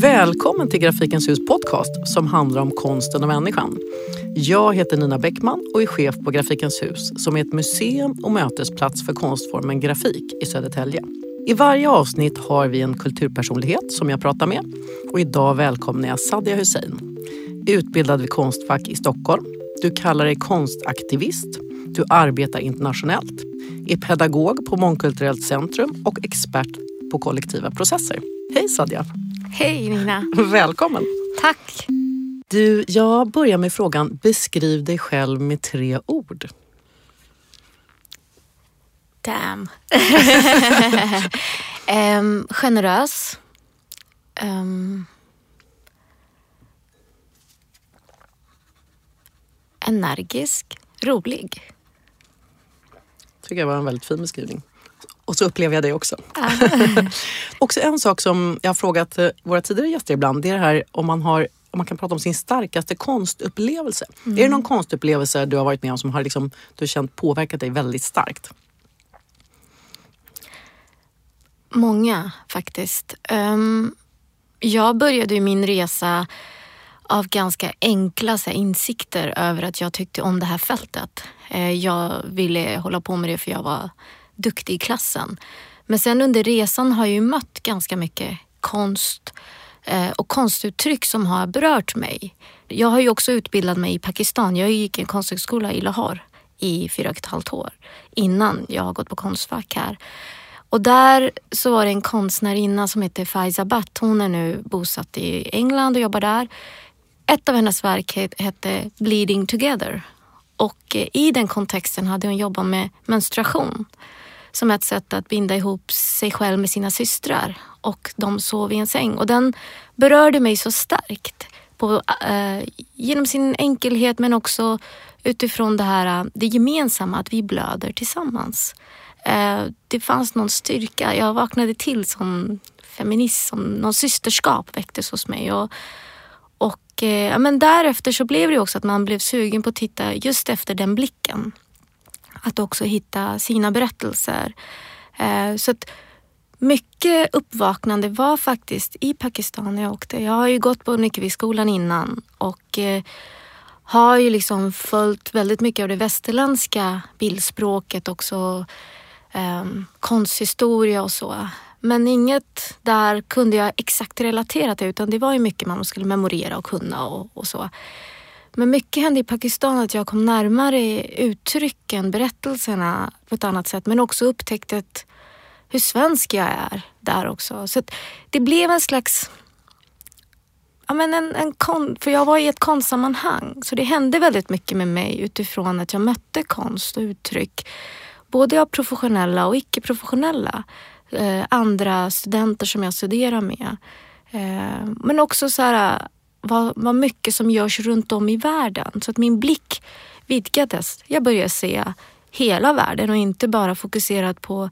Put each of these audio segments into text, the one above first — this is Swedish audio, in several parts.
Välkommen till Grafikens hus podcast som handlar om konsten och människan. Jag heter Nina Bäckman och är chef på Grafikens hus som är ett museum och mötesplats för konstformen grafik i Södertälje. I varje avsnitt har vi en kulturpersonlighet som jag pratar med och idag välkomnar jag Sadia Hussein. Utbildad vid Konstfack i Stockholm. Du kallar dig konstaktivist. Du arbetar internationellt. Är pedagog på Mångkulturellt centrum och expert på kollektiva processer. Hej Sadia! Hej Nina! Välkommen! Tack! Du, jag börjar med frågan, beskriv dig själv med 3 ord. Damn. Generös. Energisk. Rolig. Tycker jag var en väldigt fin beskrivning. Och så upplever jag det också. Också en sak som jag har frågat våra tidigare gäster ibland, det är det här om man kan prata om sin starkaste konstupplevelse. Är det någon konstupplevelse du har varit med om som har du har känt påverkat dig väldigt starkt? Många faktiskt. Jag började ju min resa av ganska enkla insikter över att jag tyckte om det här fältet. Jag ville hålla på med det för jag var duktig i klassen. Men sen under resan har jag ju mött ganska mycket konst och konstuttryck som har berört mig. Jag har ju också utbildat mig i Pakistan. Jag gick en konsthögskola i Lahore i 4,5 år innan jag har gått på Konstfack här. Och där så var det en konstnärinna som heter Faiza Bhatt. Hon är nu bosatt i England och jobbar där. Ett av hennes verk hette Bleeding Together. Och i den kontexten hade hon jobbat med menstruation som ett sätt att binda ihop sig själv med sina systrar. Och de sov i en säng. Och den berörde mig så starkt genom sin enkelhet men också utifrån det gemensamma att vi blöder tillsammans. Det fanns någon styrka. Jag vaknade till som feminist, som någon systerskap väcktes hos mig. Men därefter så blev det också att man blev sugen på att titta just efter den blicken. Att också hitta sina berättelser. Så att mycket uppvaknande var faktiskt i Pakistan när jag åkte. Jag har ju gått på Nyckelviksskolan innan och har ju följt väldigt mycket av det västerländska bildspråket också. Konsthistoria och så. Men inget där kunde jag exakt relatera till utan det var ju mycket man skulle memorera och kunna och så. Men mycket hände i Pakistan att jag kom närmare uttrycken, berättelserna på ett annat sätt. Men också upptäckte hur svensk jag är där också. Så att det blev en slags... för jag var i ett konstsammanhang. Så det hände väldigt mycket med mig utifrån att jag mötte konst och uttryck. Både av professionella och icke-professionella. Andra studenter som jag studerar med. Men också vad mycket som görs runt om i världen. Så att min blick vidgades. Jag började se hela världen och inte bara fokuserat på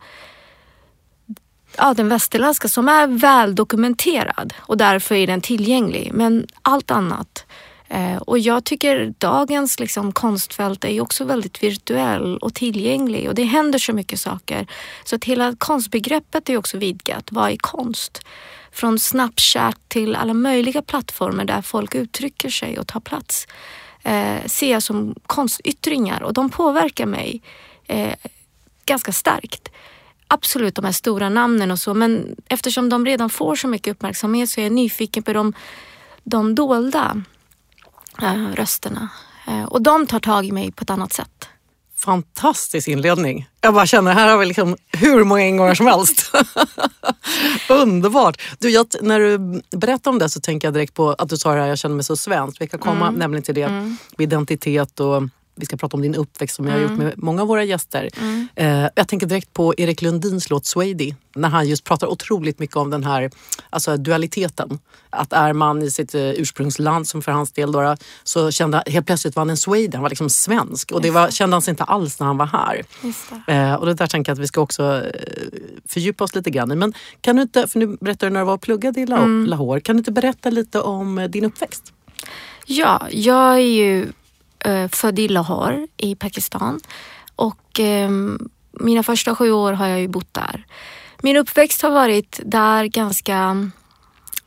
den västerländska som är väl dokumenterad. Och därför är den tillgänglig. Men allt annat. Och jag tycker dagens konstfält är också väldigt virtuell och tillgänglig. Och det händer så mycket saker. Så att hela konstbegreppet är också vidgat. Vad är konst? Från Snapchat till alla möjliga plattformar där folk uttrycker sig och tar plats. Ser jag som konstyttringar och de påverkar mig ganska starkt. Absolut de här stora namnen och så. Men eftersom de redan får så mycket uppmärksamhet så är jag nyfiken på de dolda rösterna. Och de tar tag i mig på ett annat sätt. Fantastisk inledning. Jag bara känner, här har vi hur många ingångar som helst. Underbart. Du, när du berättar om det så tänker jag direkt på att du sa det här, jag känner mig så svensk. Vi kan komma nämligen till det med identitet och vi ska prata om din uppväxt som jag har gjort med många av våra gäster. Jag tänker direkt på Erik Lundins låt Swady. När han just pratar otroligt mycket om den här dualiteten. Att är man i sitt ursprungsland som för hans del då, så kände han, helt plötsligt var han en Swede. Han var svensk. Och det kände han sig inte alls när han var här. Och det där tänker jag att vi ska också fördjupa oss lite grann i. Men kan du inte, för nu berättar du när du var och pluggade i Lahore. Kan du inte berätta lite om din uppväxt? Ja, jag är ju född i Lahore i Pakistan och mina första 7 år har jag ju bott där. Min uppväxt har varit där ganska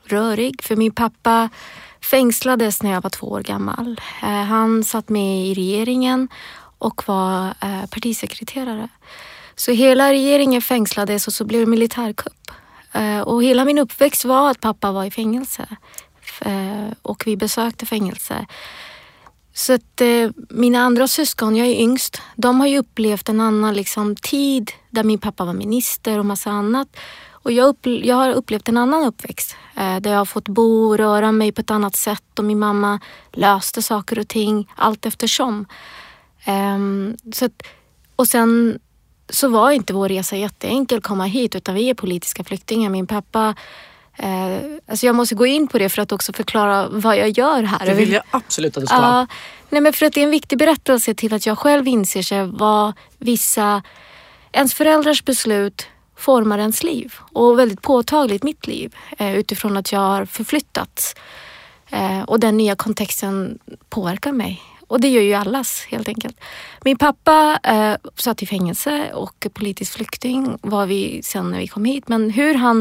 rörig. För min pappa fängslades när jag var 2 år gammal. Han satt med i regeringen och var partisekreterare. Så hela regeringen fängslades och så blev det militärkupp. Och hela min uppväxt var att pappa var i fängelse. Och vi besökte fängelse. Så att mina andra syskon, jag är yngst, de har ju upplevt en annan liksom, tid där min pappa var minister och massa annat. Och jag har upplevt en annan uppväxt där jag har fått bo och röra mig på ett annat sätt och min mamma löste saker och ting allt eftersom. Och sen så var inte vår resa jätteenkel att komma hit, utan vi är politiska flyktingar. Min pappa, alltså jag måste gå in på det för att också förklara vad jag gör här. Det vill jag absolut att du ska. Nej, men för att det är en viktig berättelse till att jag själv inser sig vad ens föräldrars beslut formar ens liv. Och väldigt påtagligt mitt liv utifrån att jag har förflyttats. Och den nya kontexten påverkar mig. Och det gör ju allas helt enkelt. Min pappa satt i fängelse och politisk flykting var vi sen när vi kom hit. Men hur han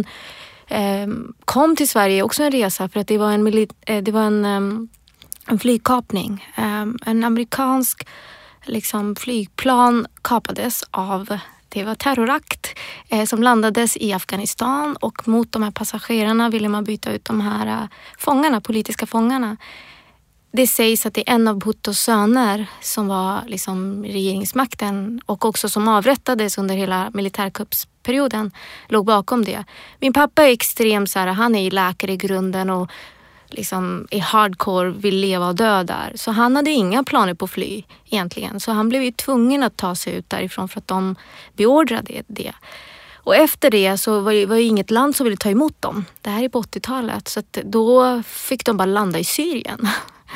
kom till Sverige är också en resa, för att det var en flygkapning. En amerikansk liksom, flygplan kapades av, det var terrorakt som landades i Afghanistan, och mot de här passagerarna ville man byta ut de här fångarna, politiska fångarna. Det sägs att det är en av Bhuttos söner som var liksom regeringsmakten och också som avrättades under hela militärkuppsperioden låg bakom det. Min pappa är extrem så här, han är läkare i grunden och liksom är hardcore, vill leva och dö där. Så han hade inga planer på att fly egentligen. Så han blev ju tvungen att ta sig ut därifrån för att de beordrade det. Och efter det så var det inget land som ville ta emot dem. Det här är på 80-talet. Så att då fick de bara landa i Syrien.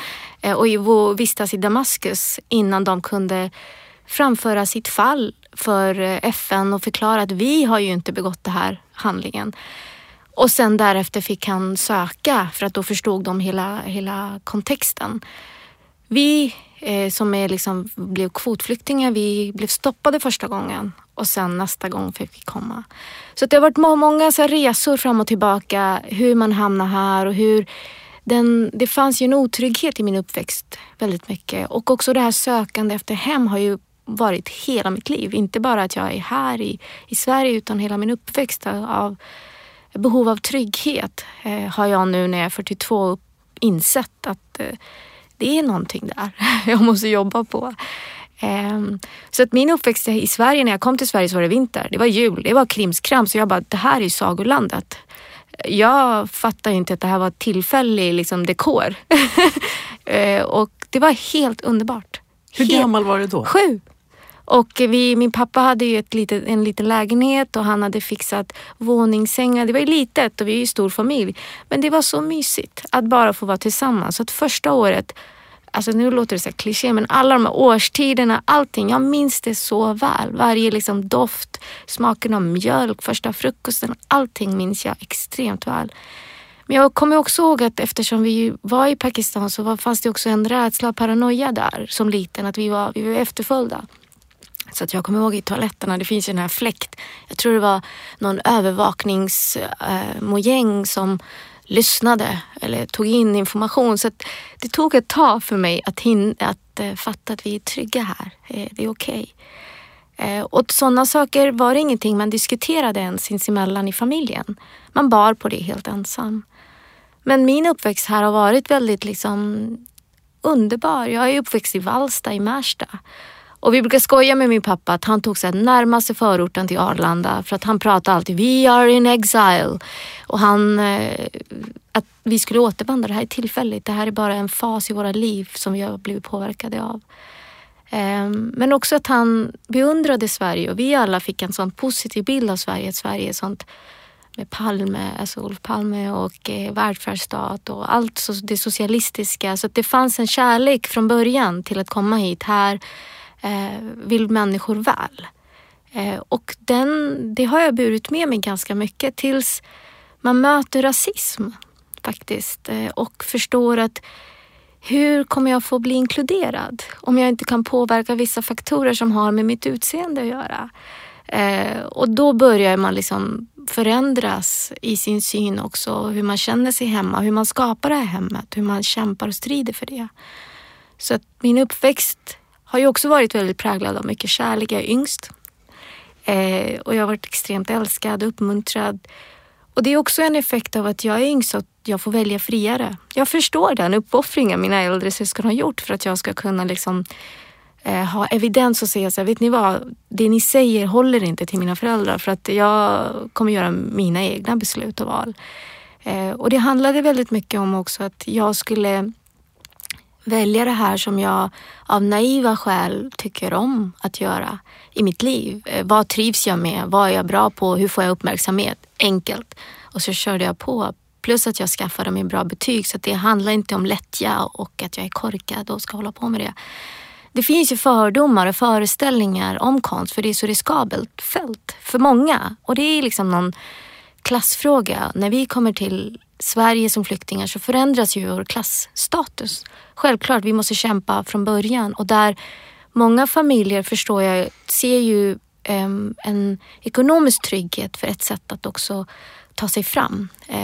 Och vistas i Damaskus innan de kunde framföra sitt fall för FN och förklara att vi har ju inte begått det här handlingen. Och sen därefter fick han söka, för att då förstod de hela kontexten. Vi som är liksom, blev kvotflyktingar, vi blev stoppade första gången och sen nästa gång fick vi komma. Så det har varit många så här resor fram och tillbaka, hur man hamnar här och hur det fanns ju en otrygghet i min uppväxt väldigt mycket. Och också det här sökande efter hem har ju varit hela mitt liv. Inte bara att jag är här i Sverige, utan hela min uppväxt av behov av trygghet har jag nu när jag är 42 insett att det är någonting där jag måste jobba på. Så att min uppväxt i Sverige, när jag kom till Sverige så var det vinter. Det var jul, det var krimskram, så jag bara, det här är ju sagolandet. Jag fattar ju inte att det här var tillfällig liksom, dekor. Och det var helt underbart. Hur gammal var du då? 7. Och min pappa hade ju en liten lägenhet och han hade fixat våningssängar. Det var ju litet och vi är ju stor familj. Men det var så mysigt att bara få vara tillsammans. Så att första året, alltså nu låter det så kliché, men alla de här årstiderna, allting, jag minns det så väl. Varje liksom doft, smaken av mjölk, första frukosten, allting minns jag extremt väl. Men jag kommer också ihåg att eftersom vi var i Pakistan så fanns det också en rädsla och paranoia där som liten, att vi var efterföljda. Så att jag kommer ihåg i toaletterna, det finns ju den här fläkt. Jag tror det var någon övervakningsmojäng som lyssnade eller tog in information. Så att det tog ett tag för mig att fatta att vi är trygga här. Det är okej. Och sådana saker var det ingenting man diskuterade ens sinsemellan i familjen. Man bar på det helt ensam. Men min uppväxt här har varit väldigt liksom underbar. Jag är uppväxt i Vallsta i Märsta. Och vi brukar skoja med min pappa att han tog sig närmaste förorten till Arlanda, för att han pratade alltid "We are in exile", och att vi skulle återvandra. Det här är tillfälligt, det här är bara en fas i våra liv som vi har blivit påverkade av. Men också att han beundrade Sverige, och vi alla fick en sån positiv bild av Sverige. Att Sverige är sånt med Palme, alltså Olof Palme och välfärdsstat och allt det socialistiska. Så att det fanns en kärlek från början till att komma hit. Här vill människor väl. Och det har jag burit med mig ganska mycket tills man möter rasism faktiskt. Och förstår att hur kommer jag få bli inkluderad om jag inte kan påverka vissa faktorer som har med mitt utseende att göra. Och då börjar man liksom förändras i sin syn också. Hur man känner sig hemma, hur man skapar det här hemmet, hur man kämpar och strider för det. Så att min uppväxt har ju också varit väldigt präglad av mycket kärlek. Jag är yngst. Och jag har varit extremt älskad och uppmuntrad. Och det är också en effekt av att jag är yngst, så att jag får välja friare. Jag förstår den uppoffringen mina äldre syskon har gjort för att jag ska kunna liksom ha evidens och säga så här, vet ni vad, det ni säger håller inte till mina föräldrar, för att jag kommer göra mina egna beslut och val. Och det handlade väldigt mycket om också att jag skulle välja det här som jag av naiva skäl tycker om att göra i mitt liv. Vad trivs jag med? Vad är jag bra på? Hur får jag uppmärksamhet? Enkelt. Och så körde jag på. Plus att jag skaffade mig bra betyg, så att det handlar inte om lättja och att jag är korkad och ska hålla på med det. Det finns ju fördomar och föreställningar om konst, för det är så riskabelt fält för många. Och det är liksom någon klassfråga. När vi kommer till Sverige som flyktingar så förändras ju vår klassstatus. Självklart, vi måste kämpa från början. Och där många familjer, förstår jag, ser ju en ekonomisk trygghet för ett sätt att också ta sig fram.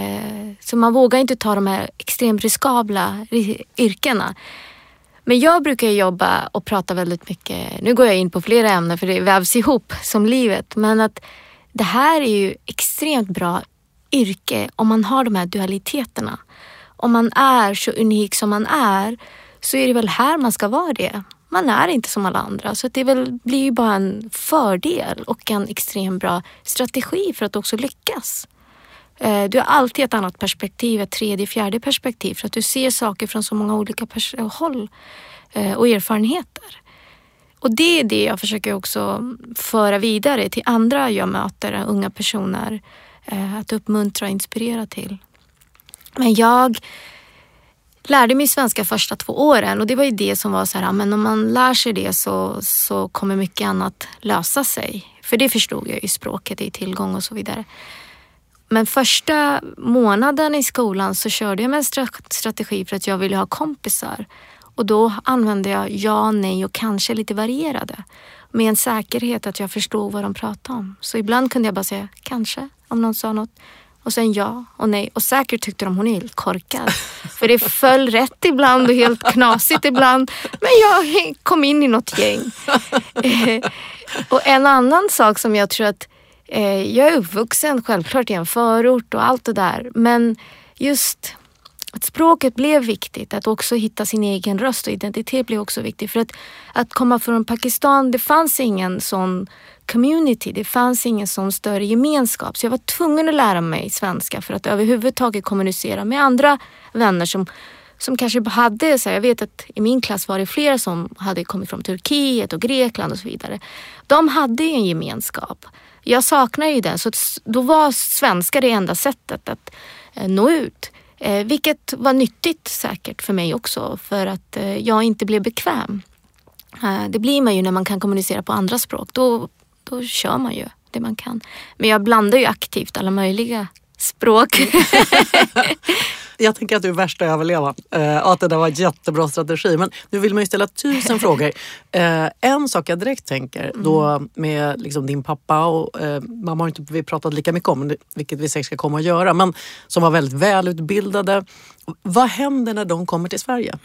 Så man vågar inte ta de här extremt riskabla yrkena. Men jag brukar jobba och prata väldigt mycket, nu går jag in på flera ämnen för det vävs ihop som livet, men att det här är ju extremt bra yrke om man har de här dualiteterna. Om man är så unik som man är, så är det väl här man ska vara det. Man är inte som alla andra, så det blir ju bara en fördel och en extremt bra strategi för att också lyckas. Du har alltid ett annat perspektiv, ett tredje, fjärde perspektiv, för att du ser saker från så många olika håll och erfarenheter. Och det är det jag försöker också föra vidare till andra jag möter, unga personer, att uppmuntra och inspirera till. Men jag lärde mig svenska första 2 åren, och det var ju det som var så här, men om man lär sig det så kommer mycket annat lösa sig. För det förstod jag ju, språket är tillgång och så vidare. Men första månaden i skolan så körde jag med en strategi för att jag ville ha kompisar. Och då använde jag ja, nej och kanske lite varierade. Med en säkerhet att jag förstod vad de pratade om. Så ibland kunde jag bara säga kanske, om någon sa något. Och sen ja och nej. Och säkert tyckte de hon är helt korkad. För det föll rätt ibland och helt knasigt ibland. Men jag kom in i något gäng. Och en annan sak som jag tror att jag är uppvuxen självklart i en förort och allt det där. Men just att språket blev viktigt. Att också hitta sin egen röst och identitet blev också viktigt. För att komma från Pakistan, det fanns ingen sån community. Det fanns ingen sån större gemenskap. Så jag var tvungen att lära mig svenska för att överhuvudtaget kommunicera med andra vänner som kanske hade, så här, jag vet att i min klass var det flera som hade kommit från Turkiet och Grekland och så vidare. De hade ju en gemenskap. Jag saknar ju den, så då var svenska det enda sättet att nå ut. Vilket var nyttigt säkert för mig också, för att jag inte blev bekväm. Det blir man ju när man kan kommunicera på andra språk. Då kör man ju det man kan. Men jag blandar ju aktivt alla möjliga språk. Jag tänker att du är värsta överleva. Att det där var en jättebra strategi. Men nu vill man ju ställa 1000 frågor. En sak jag direkt tänker då med liksom din pappa och mamma har inte vi pratat lika mycket om, vilket vi säkert ska komma att göra, men som var väldigt välutbildade. Vad händer när de kommer till Sverige?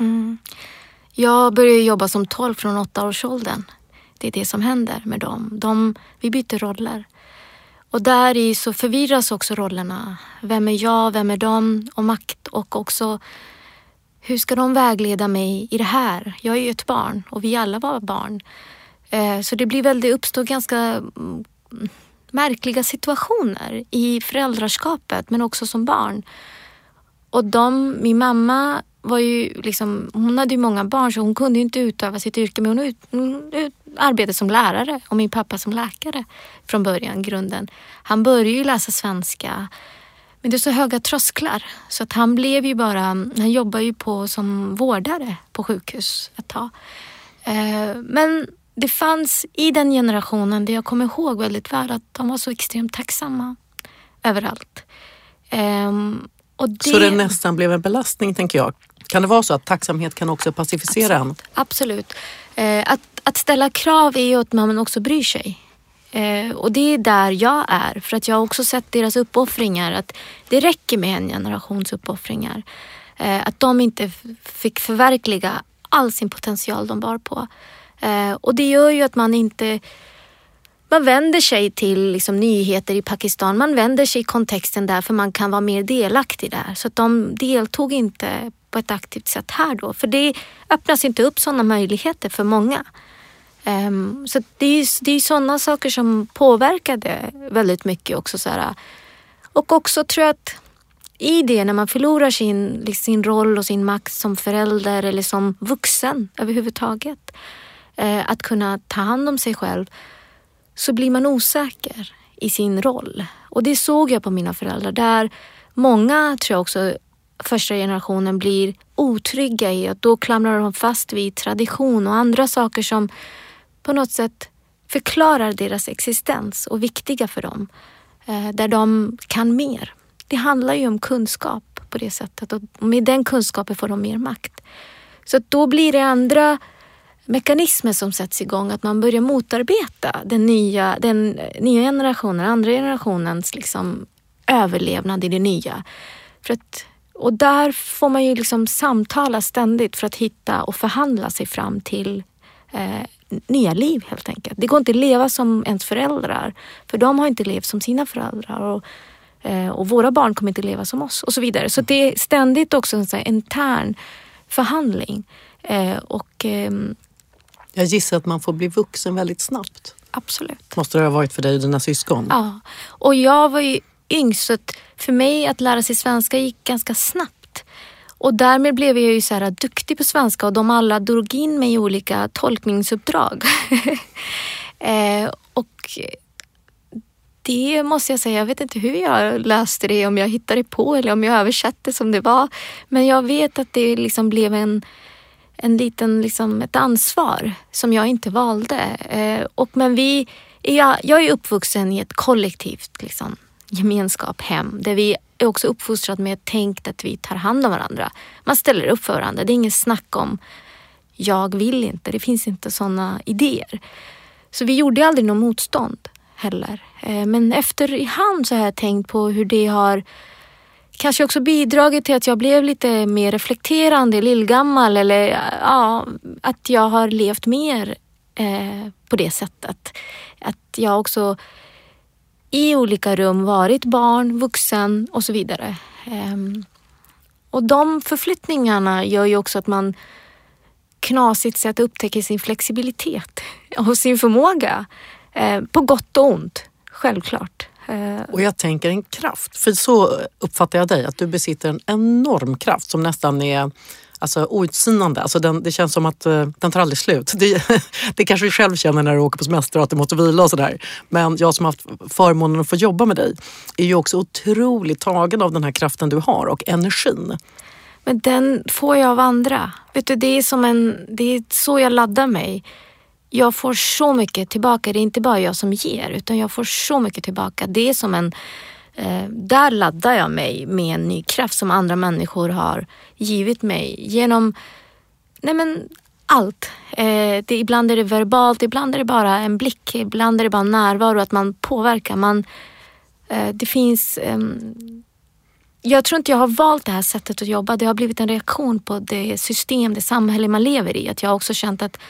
Jag började jobba som 12 från 8-årsåldern. Det är det som händer med dem. Vi byter roller. Och där i så förvirras också rollerna. Vem är jag, vem är de? Och makt, och också hur ska de vägleda mig i det här? Jag är ju ett barn och vi alla var barn. Så det uppstår ganska märkliga situationer i föräldraskapet, men också som barn. Och min mamma var ju liksom, hon hade ju många barn så hon kunde ju inte utöva sitt yrke, men hon arbetade som lärare och min pappa som läkare från början, grunden. Han började ju läsa svenska, men det är så höga trösklar så att han jobbar ju som vårdare på sjukhus ett tag. Men det fanns i den generationen, det jag kommer ihåg väldigt väl, att de var så extremt tacksamma överallt. Så det nästan blev en belastning, tänker jag. Kan det vara så att tacksamhet kan också pacificera en? Absolut. Att ställa krav är ju att man också bryr sig. Och det är där jag är. För att jag har också sett deras uppoffringar. Att det räcker med en generations uppoffringar. Att de inte fick förverkliga all sin potential de bar på. Och det gör ju att man vänder sig till liksom nyheter i Pakistan. Man vänder sig i kontexten där för man kan vara mer delaktig där. Så att de deltog inte på ett aktivt sätt här då. För det öppnas inte upp sådana möjligheter för många. Så det är sådana saker som påverkade väldigt mycket också. Så här. Och också tror jag att i det när man förlorar sin roll och sin makt som förälder eller som vuxen överhuvudtaget. Att kunna ta hand om sig själv. Så blir man osäker i sin roll. Och det såg jag på mina föräldrar. Där många, tror jag också, första generationen blir otrygga i att då klamrar de fast vid tradition och andra saker som på något sätt förklarar deras existens och viktiga för dem. Där de kan mer. Det handlar ju om kunskap på det sättet. Och med den kunskapen får de mer makt. Så att då blir det andra mekanismer som sätts igång. Att man börjar motarbeta den nya generationen, andra generationens liksom överlevnad i det nya. Och där får man ju liksom samtala ständigt för att hitta och förhandla sig fram till nya liv helt enkelt. Det går inte att leva som ens föräldrar. För de har inte levt som sina föräldrar. Och våra barn kommer inte leva som oss och så vidare. Så det är ständigt också en sån här intern förhandling. Jag gissar att man får bli vuxen väldigt snabbt. Absolut. Måste det ha varit för dig och dina syskon? Ja, och jag var ju yngst så att för mig att lära sig svenska gick ganska snabbt. Och därmed blev jag ju så här duktig på svenska och de alla drog in mig i olika tolkningsuppdrag. Och det måste jag säga, jag vet inte hur jag löste det, om jag hittade på eller om jag översatte som det var. Men jag vet att det liksom blev en liten liksom ett ansvar som jag inte valde. Jag är uppvuxen i ett kollektivt liksom, gemenskap hem där vi är också uppfostrat med tänkt att vi tar hand om varandra. Man ställer upp för varandra. Det är ingen snack om jag vill inte. Det finns inte sådana idéer. Så vi gjorde aldrig något motstånd heller. Men efterhand så har jag tänkt på hur det har kanske också bidragit till att jag blev lite mer reflekterande, lillgammal eller ja, att jag har levt mer på det sättet. Att jag också i olika rum varit barn, vuxen och så vidare. Och de förflyttningarna gör ju också att man knasigt sätt upptäcker sin flexibilitet och sin förmåga. På gott och ont, självklart. Och jag tänker en kraft, för så uppfattar jag dig, att du besitter en enorm kraft som nästan är outsinande. Alltså det känns som att den tar aldrig slut. Det kanske du själv känner när du åker på semester och att du måste vila och sådär. Men jag som har haft förmånen att få jobba med dig är ju också otroligt tagen av den här kraften du har och energin. Men den får jag av andra. Vet du, det är så jag laddar mig. Jag får så mycket tillbaka. Det är inte bara jag som ger, utan jag får så mycket tillbaka. Det är som där laddar jag mig med en ny kraft som andra människor har givit mig genom allt. Ibland är det verbalt, ibland är det bara en blick, ibland är det bara närvaro, att man påverkar. Det finns... Jag tror inte jag har valt det här sättet att jobba. Det har blivit en reaktion på det system, det samhälle man lever i. Att jag har också känt att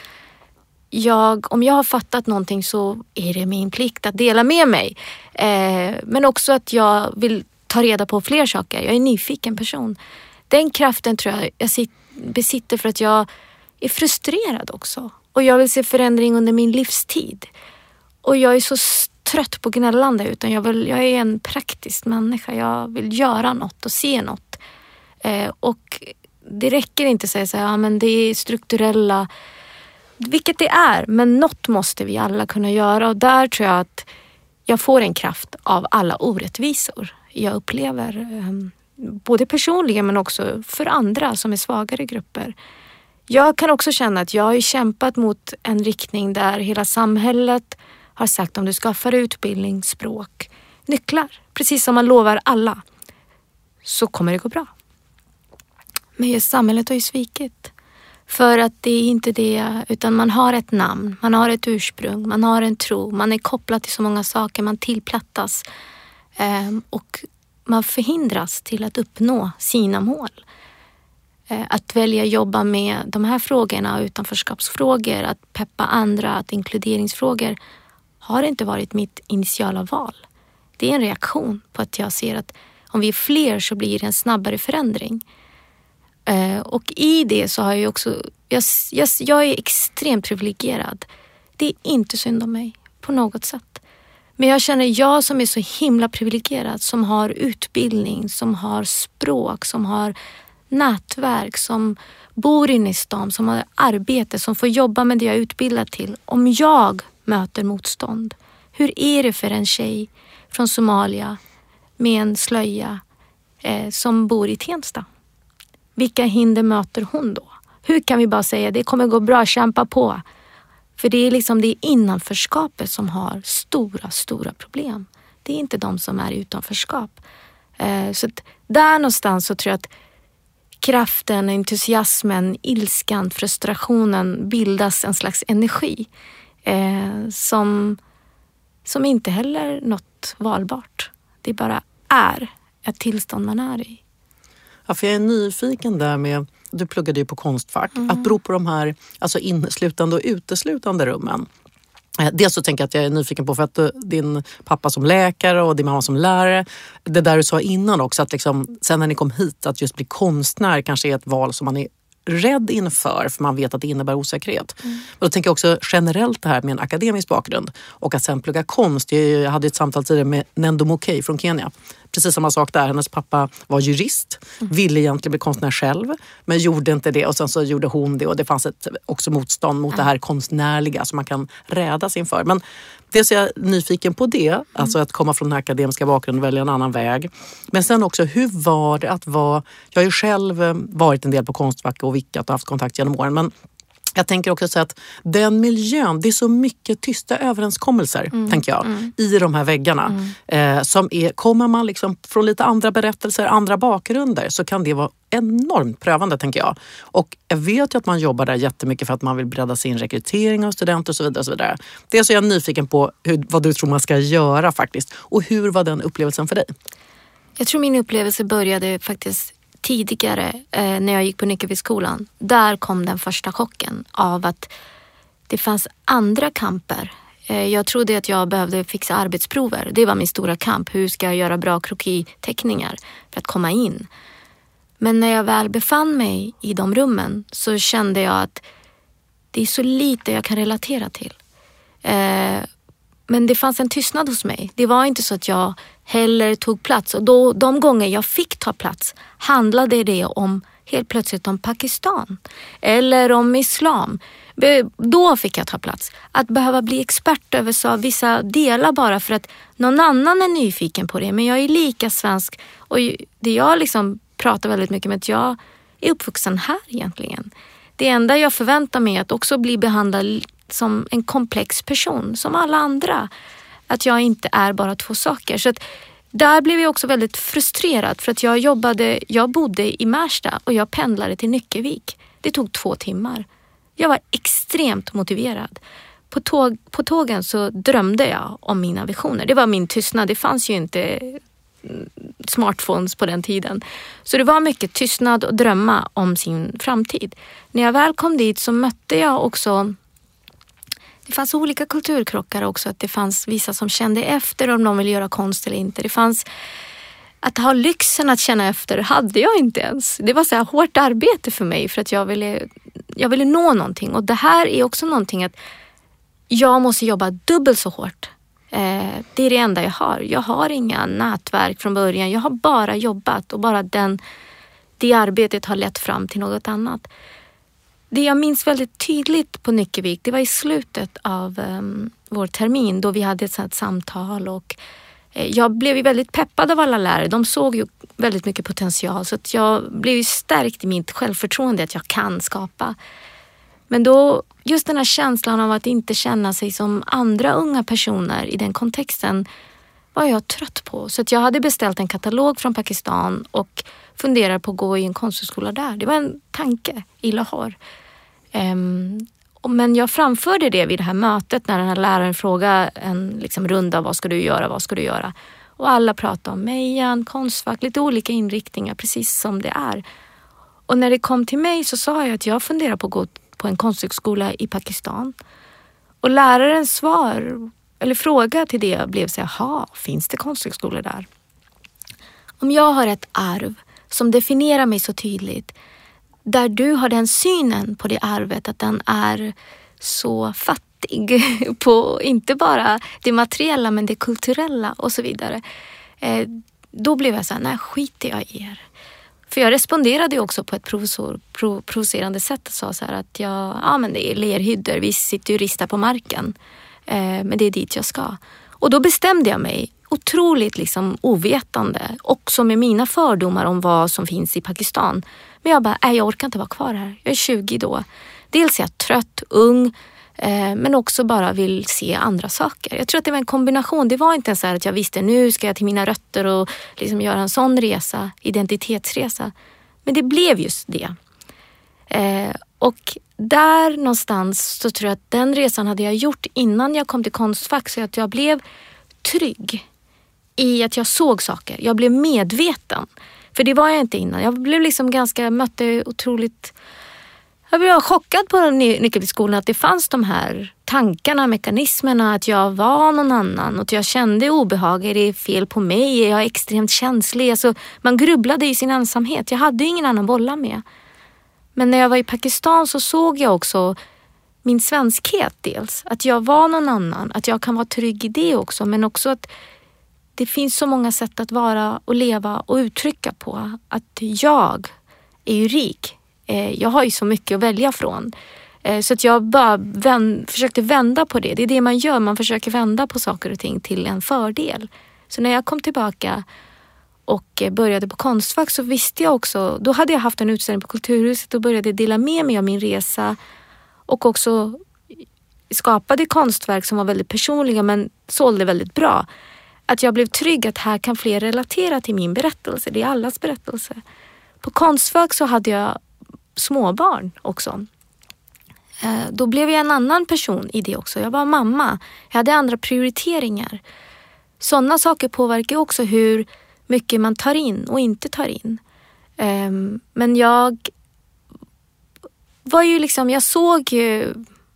om jag har fattat någonting så är det min plikt att dela med mig. Men också att jag vill ta reda på fler saker. Jag är en nyfiken person. Den kraften tror jag besitter för att jag är frustrerad också. Och jag vill se förändring under min livstid. Och jag är så trött på gnällande, utan jag är en praktisk människa. Jag vill göra något och se något. Och det räcker inte att säga så här, men det är strukturella, vilket det är, men något måste vi alla kunna göra. Och där tror jag att jag får en kraft av alla orättvisor jag upplever. Både personligen men också för andra som är svagare grupper. Jag kan också känna att jag har kämpat mot en riktning där hela samhället har sagt om du skaffar utbildning, språk, nycklar, precis som man lovar alla, så kommer det gå bra. Men just samhället har ju svikit. För att det är inte det, utan man har ett namn, man har ett ursprung, man har en tro, man är kopplad till så många saker, man tillplattas och man förhindras till att uppnå sina mål. Att välja jobba med de här frågorna, utanförskapsfrågor, att peppa andra, att inkluderingsfrågor har inte varit mitt initiala val. Det är en reaktion på att jag ser att om vi är fler så blir det en snabbare förändring. Och i det så har jag också, jag är extremt privilegierad. Det är inte synd om mig på något sätt. Men jag känner jag som är så himla privilegierad, som har utbildning, som har språk, som har nätverk, som bor inne i stan, som har arbete, som får jobba med det jag är utbildad till. Om jag möter motstånd, hur är det för en tjej från Somalia med en slöja som bor i Tensta? Vilka hinder möter hon då? Hur kan vi bara säga det kommer gå bra, kämpa på? För det är liksom det innanförskapet som har stora problem. Det är inte de som är utanförskap. Så att där någonstans så tror jag att kraften, entusiasmen, ilskan, frustrationen bildas en slags energi som inte heller är något valbart. Det bara är ett tillstånd man är i. Ja, för jag är nyfiken där med, du pluggade ju på Konstfack, att bero på de här alltså inneslutande och uteslutande rummen. Dels så tänker jag att jag är nyfiken på för att din pappa som läkare och din mamma som lärare, det där du sa innan också, att liksom, sen när ni kom hit att just bli konstnär kanske är ett val som man är rädd inför, för man vet att det innebär osäkerhet. Och då tänker jag också generellt det här med en akademisk bakgrund och att sen plugga konst. Jag hade ett samtal tidigare med Nendo Mokey från Kenya. Precis samma sak där. Hennes pappa var jurist, ville egentligen bli konstnär själv, men gjorde inte det och sen så gjorde hon det och det fanns också motstånd mot det här konstnärliga som man kan rädas inför. Men det så jag är nyfiken på det, alltså att komma från den här akademiska bakgrunden och välja en annan väg. Men sen också, hur var det att vara, jag har ju själv varit en del på Konstfack och vickat och haft kontakt genom åren, men jag tänker också så att den miljön, det är så mycket tysta överenskommelser, tänker jag, i de här väggarna. Som är, kommer man liksom från lite andra berättelser, andra bakgrunder, så kan det vara enormt prövande, tänker jag. Och jag vet ju att man jobbar där jättemycket för att man vill bredda sin rekrytering av studenter och så vidare. Och så vidare. Det är så jag är nyfiken på vad du tror man ska göra faktiskt. Och hur var den upplevelsen för dig? Jag tror min upplevelse började faktiskt tidigare när jag gick på Nyckelviksskolan. Där kom den första chocken av att det fanns andra kamper. Jag trodde att jag behövde fixa arbetsprover. Det var min stora kamp. Hur ska jag göra bra krokiteckningar för att komma in? Men när jag väl befann mig i de rummen så kände jag att det är så lite jag kan relatera till. Men det fanns en tystnad hos mig. Det var inte så att jag heller tog plats. Och då, de gånger jag fick ta plats handlade det om helt plötsligt om Pakistan. Eller om islam. Då fick jag ta plats. Att behöva bli expert över så vissa delar bara för att någon annan är nyfiken på det. Men jag är lika svensk. Och det jag liksom pratar väldigt mycket med att jag är uppvuxen här egentligen. Det enda jag förväntar mig är att också bli behandlad som en komplex person, som alla andra. Att jag inte är bara två saker. Så att där blev jag också väldigt frustrerad för att jag bodde i Märsta och jag pendlade till Nyckevik. Det tog 2 timmar. Jag var extremt motiverad. På tågen så drömde jag om mina visioner. Det var min tystnad. Det fanns ju inte smartphones på den tiden. Så det var mycket tystnad och drömma om sin framtid. När jag väl kom dit så mötte jag också, det fanns olika kulturkrockar också. Att det fanns vissa som kände efter om de ville göra konst eller inte. Det fanns att ha lyxen att känna efter hade jag inte ens. Det var så här hårt arbete för mig för att jag ville nå någonting. Och det här är också någonting att jag måste jobba dubbelt så hårt. Det är det enda jag har. Jag har inga nätverk från början. Jag har bara jobbat och bara det arbetet har lett fram till något annat. Det jag minns väldigt tydligt på Nyckevik, det var i slutet av vår termin då vi hade ett sånt samtal och jag blev ju väldigt peppad av alla lärare. De såg ju väldigt mycket potential så att jag blev ju stärkt i mitt självförtroende att jag kan skapa. Men då, just den här känslan av att inte känna sig som andra unga personer i den kontexten var jag trött på. Så att jag hade beställt en katalog från Pakistan och funderade på att gå i en konsthögskola där. Det var en tanke i Lahore. Men jag framförde det vid det här mötet när den här läraren frågade en liksom runda, vad ska du göra? Och alla pratade om Mejan, Konstfack, lite olika inriktningar, precis som det är. Och när det kom till mig så sa jag att jag funderar på att gå på en konsthögskola i Pakistan. Och lärarens fråga till det blev så här, finns det konsthögskolor där? Om jag har ett arv som definierar mig så tydligt, där du har den synen på det arvet att den är så fattig på inte bara det materiella men det kulturella och så vidare. Då blev jag så här, nej, skiter jag i er. För jag responderade ju också på ett provocerande sätt och sa så här att men det är lerhyddor, vi sitter ju rista på marken. Men det är dit jag ska. Och då bestämde jag mig, otroligt liksom ovetande, också med mina fördomar om vad som finns i Pakistan. Men jag bara, jag orkar inte vara kvar här. Jag är 20 då. Dels är jag trött, ung, men också bara vill se andra saker. Jag tror att det var en kombination. Det var inte så här att jag visste, nu ska jag till mina rötter och liksom göra en sån resa, identitetsresa. Men det blev just det. Och där någonstans så tror jag att den resan hade jag gjort innan jag kom till Konstfack, så att jag blev trygg i att jag såg saker. Jag blev medveten. För det var jag inte innan. Jag blev liksom jag blev chockad på nyckelskolan att det fanns de här tankarna, mekanismerna, att jag var någon annan och att jag kände obehag. Är det fel på mig? Är jag extremt känslig? Alltså, man grubblade i sin ensamhet. Jag hade ju ingen annan att bolla med. Men när jag var i Pakistan så såg jag också min svenskhet dels. Att jag var någon annan. Att jag kan vara trygg i det också. Men också att det finns så många sätt att vara och leva och uttrycka på. Att jag är ju rik. Jag har ju så mycket att välja från. Så att jag bara försökte vända på det. Det är det man gör. Man försöker vända på saker och ting till en fördel. Så när jag kom tillbaka och började på Konstfack så visste jag också, då hade jag haft en utställning på Kulturhuset och började dela med mig av min resa och också skapade konstverk som var väldigt personliga men sålde väldigt bra. Att jag blev trygg att här kan fler relatera till min berättelse, det är allas berättelse. På Konstfack så hade jag småbarn också. Då blev jag en annan person i det också. Jag var mamma, jag hade andra prioriteringar. Sådana saker påverkar också hur mycket man tar in och inte tar in. Men jag var ju liksom, jag såg ju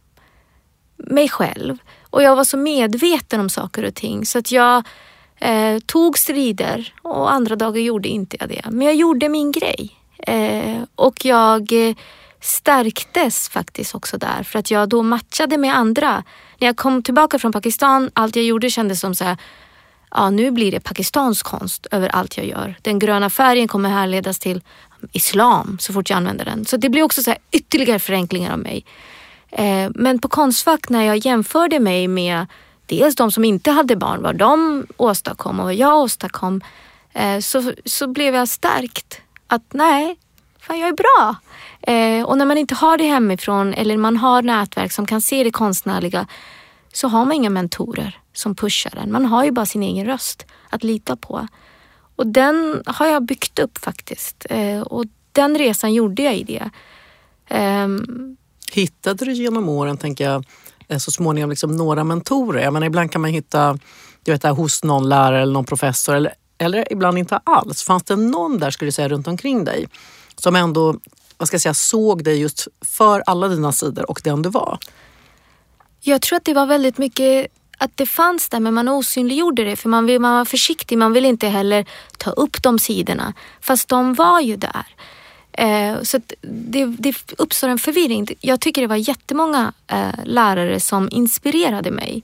mig själv och jag var så medveten om saker och ting så att jag tog strider och andra dagar gjorde inte jag det. Men jag gjorde min grej och jag stärktes faktiskt också där för att jag då matchade med andra. När jag kom tillbaka från Pakistan, allt jag gjorde kändes som så här, nu blir det pakistansk konst över allt jag gör. Den gröna färgen kommer härledas till islam så fort jag använder den. Så det blir också så här ytterligare förenklingar av mig. Men på Konstfack när jag jämförde mig med dels de som inte hade barn, vad de åstadkom och vad jag åstadkom, så blev jag stärkt. Att nej, fan jag är bra. Och när man inte har det hemifrån eller man har nätverk som kan se det konstnärliga så har man inga mentorer som pushar den. Man har ju bara sin egen röst att lita på. Och den har jag byggt upp faktiskt. Och den resan gjorde jag i det. Hittade du genom åren, tänker jag, så småningom liksom några mentorer? Jag menar, ibland kan man hitta hos någon lärare eller någon professor eller ibland inte alls. Fanns det någon där, skulle du säga, runt omkring dig som ändå, såg dig just för alla dina sidor och den du var? Jag tror att det var väldigt mycket att det fanns där men man osynliggjorde det för man var försiktig, man vill inte heller ta upp de sidorna fast de var ju där. Så att det uppstår en förvirring. Jag tycker det var jättemånga lärare som inspirerade mig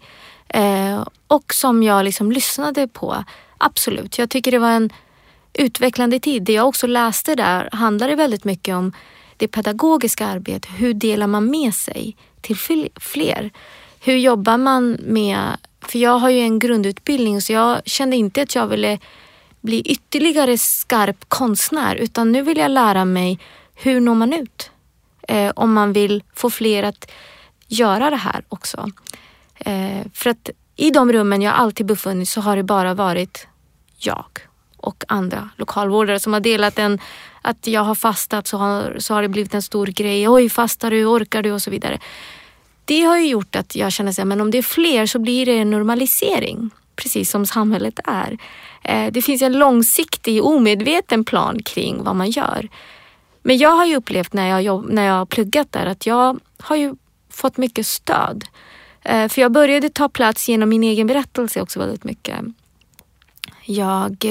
och som jag liksom lyssnade på. Absolut, jag tycker det var en utvecklande tid. Det jag också läste där handlade väldigt mycket om det pedagogiska arbetet. Hur delar man med sig till fler? Hur jobbar man med... För jag har ju en grundutbildning så jag kände inte att jag ville bli ytterligare skarp konstnär utan nu vill jag lära mig hur når man ut om man vill få fler att göra det här också. För att i de rummen jag alltid befunnit så har det bara varit jag och andra lokalvårdare som har delat att jag har fastat så har det blivit en stor grej. Oj, fastar du, orkar du och så vidare. Det har ju gjort att jag känner sig, men om det är fler så blir det en normalisering. Precis som samhället är. Det finns en långsiktig omedveten plan kring vad man gör. Men jag har ju upplevt när jag har pluggat där att jag har ju fått mycket stöd. För jag började ta plats genom min egen berättelse också väldigt mycket. Jag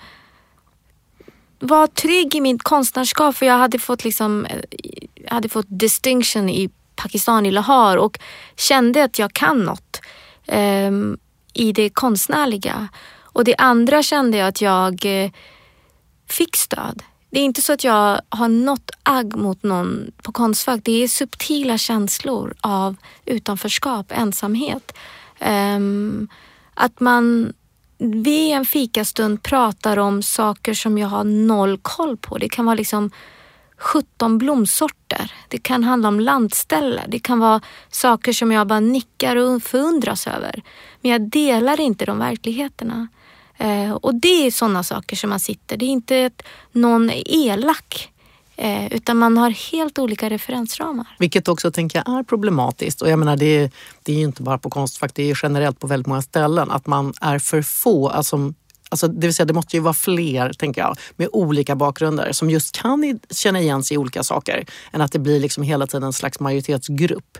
var trygg i mitt konstnärskap för jag hade fått distinction i Pakistan, i Lahore och kände att jag kan något i det konstnärliga. Och det andra kände jag att jag fick stöd. Det är inte så att jag har något agg mot någon på Konstfack. Det är subtila känslor av utanförskap, ensamhet. Att man vid en fikastund pratar om saker som jag har noll koll på. Det kan vara liksom 17 blomsorter. Det kan handla om landställe. Det kan vara saker som jag bara nickar och förundras över. Men jag delar inte de verkligheterna. Och det är sådana saker som man sitter. Det är inte någon elak. Utan man har helt olika referensramar. Vilket också tänker jag är problematiskt. Och jag menar det är ju inte bara på Konstfack. Det är ju generellt på väldigt många ställen. Att man är för få. Alltså det vill säga det måste ju vara fler, tänker jag, med olika bakgrunder som just kan känna igen sig i olika saker än att det blir liksom hela tiden en slags majoritetsgrupp.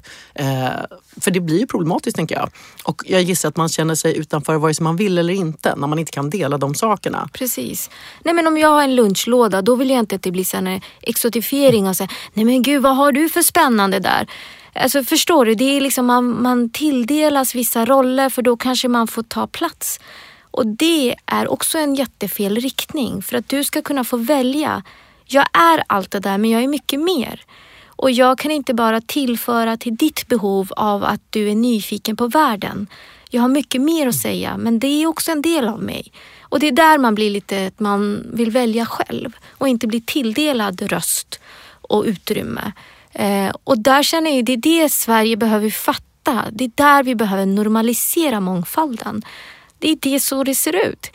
För det blir ju problematiskt, tänker jag. Och jag gissar att man känner sig utanför vare sig man vill eller inte när man inte kan dela de sakerna. Precis. Nej, men om jag har en lunchlåda då vill jag inte att det blir sån här exotifiering och så här, nej men gud, vad har du för spännande där? Alltså förstår du, det är liksom man tilldelas vissa roller för då kanske man får ta plats. Och det är också en jättefel riktning för att du ska kunna få välja. Jag är allt det där men jag är mycket mer. Och jag kan inte bara tillföra till ditt behov av att du är nyfiken på världen. Jag har mycket mer att säga men det är också en del av mig. Och det är där man blir lite att man vill välja själv och inte bli tilldelad röst och utrymme. Och där känner jag det är det Sverige behöver fatta. Det är där vi behöver normalisera mångfalden. Det är det så det ser ut.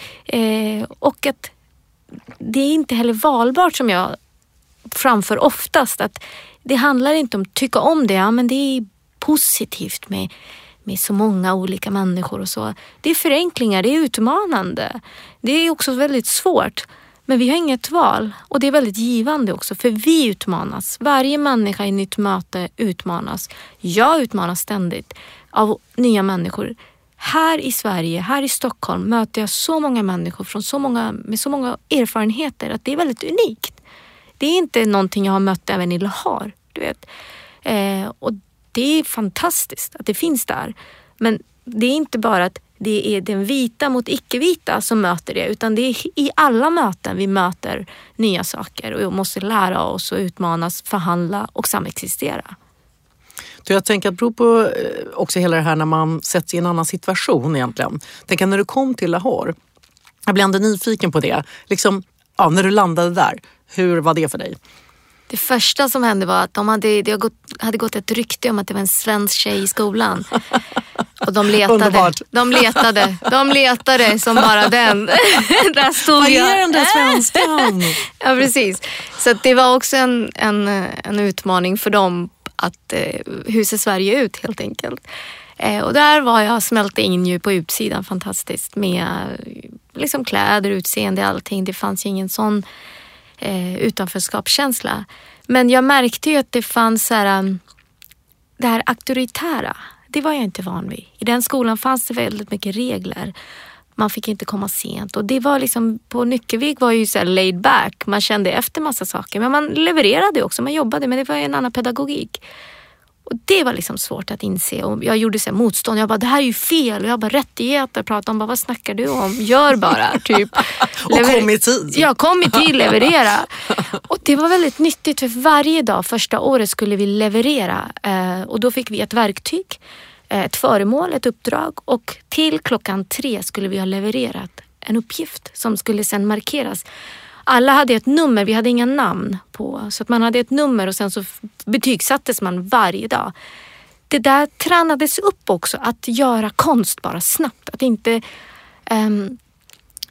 Och att det är inte heller valbart som jag framför oftast. Att det handlar inte om att tycka om det. Ja, men det är positivt med så många olika människor och så. Det är förenklingar, det är utmanande. Det är också väldigt svårt. Men vi har inget val. Och det är väldigt givande också. För vi utmanas. Varje människa i nytt möte utmanas. Jag utmanas ständigt av nya människor. Här i Sverige, här i Stockholm möter jag så många människor med så många erfarenheter att det är väldigt unikt. Det är inte någonting jag har mött även i Lahore, du vet. Och det är fantastiskt att det finns där. Men det är inte bara att det är den vita mot icke-vita som möter det, utan det är i alla möten vi möter nya saker och vi måste lära oss och utmanas, förhandla och samexistera. Så jag tänker att det beror på också hela det här när man sätts i en annan situation egentligen. Tänk när du kom till Lahore. Jag blir ändå nyfiken på det. Liksom, ja, när du landade där, hur var det för dig? Det första som hände var att det hade gått ett rykte om att det var en svensk tjej i skolan. Och de letade som bara den. Där stod vad är den där svenskan? Ja, precis. Så att det var också en utmaning för dem att hur ser Sverige ut helt enkelt. Och där var jag smälte in ju på utsidan fantastiskt med liksom kläder, utseende, allting. Det fanns ju ingen sån utanförskapskänsla. Men jag märkte ju att det fanns det här auktoritära. Det var jag inte van vid. I den skolan fanns det väldigt mycket regler. Man fick inte komma sent. Och det var liksom, på Nyckelvik var ju så här laid back. Man kände efter massa saker. Men man levererade också, man jobbade. Men det var en annan pedagogik. Och det var liksom svårt att inse. Och jag gjorde så här motstånd. Jag bara, det här är ju fel. Och jag bara, rättigheter. Pratade om, vad snackar du om? Gör bara, typ. Och kom i tid. Ja, kom i tid, leverera. Och det var väldigt nyttigt. För varje dag, första året, skulle vi leverera. Och då fick vi ett verktyg. Ett föremål, ett uppdrag. Och till 3:00 skulle vi ha levererat en uppgift. Som skulle sedan markeras. Alla hade ett nummer, vi hade inga namn på. Så att man hade ett nummer och sen så betygsattes man varje dag. Det där tränades upp också, att göra konst bara snabbt. Att inte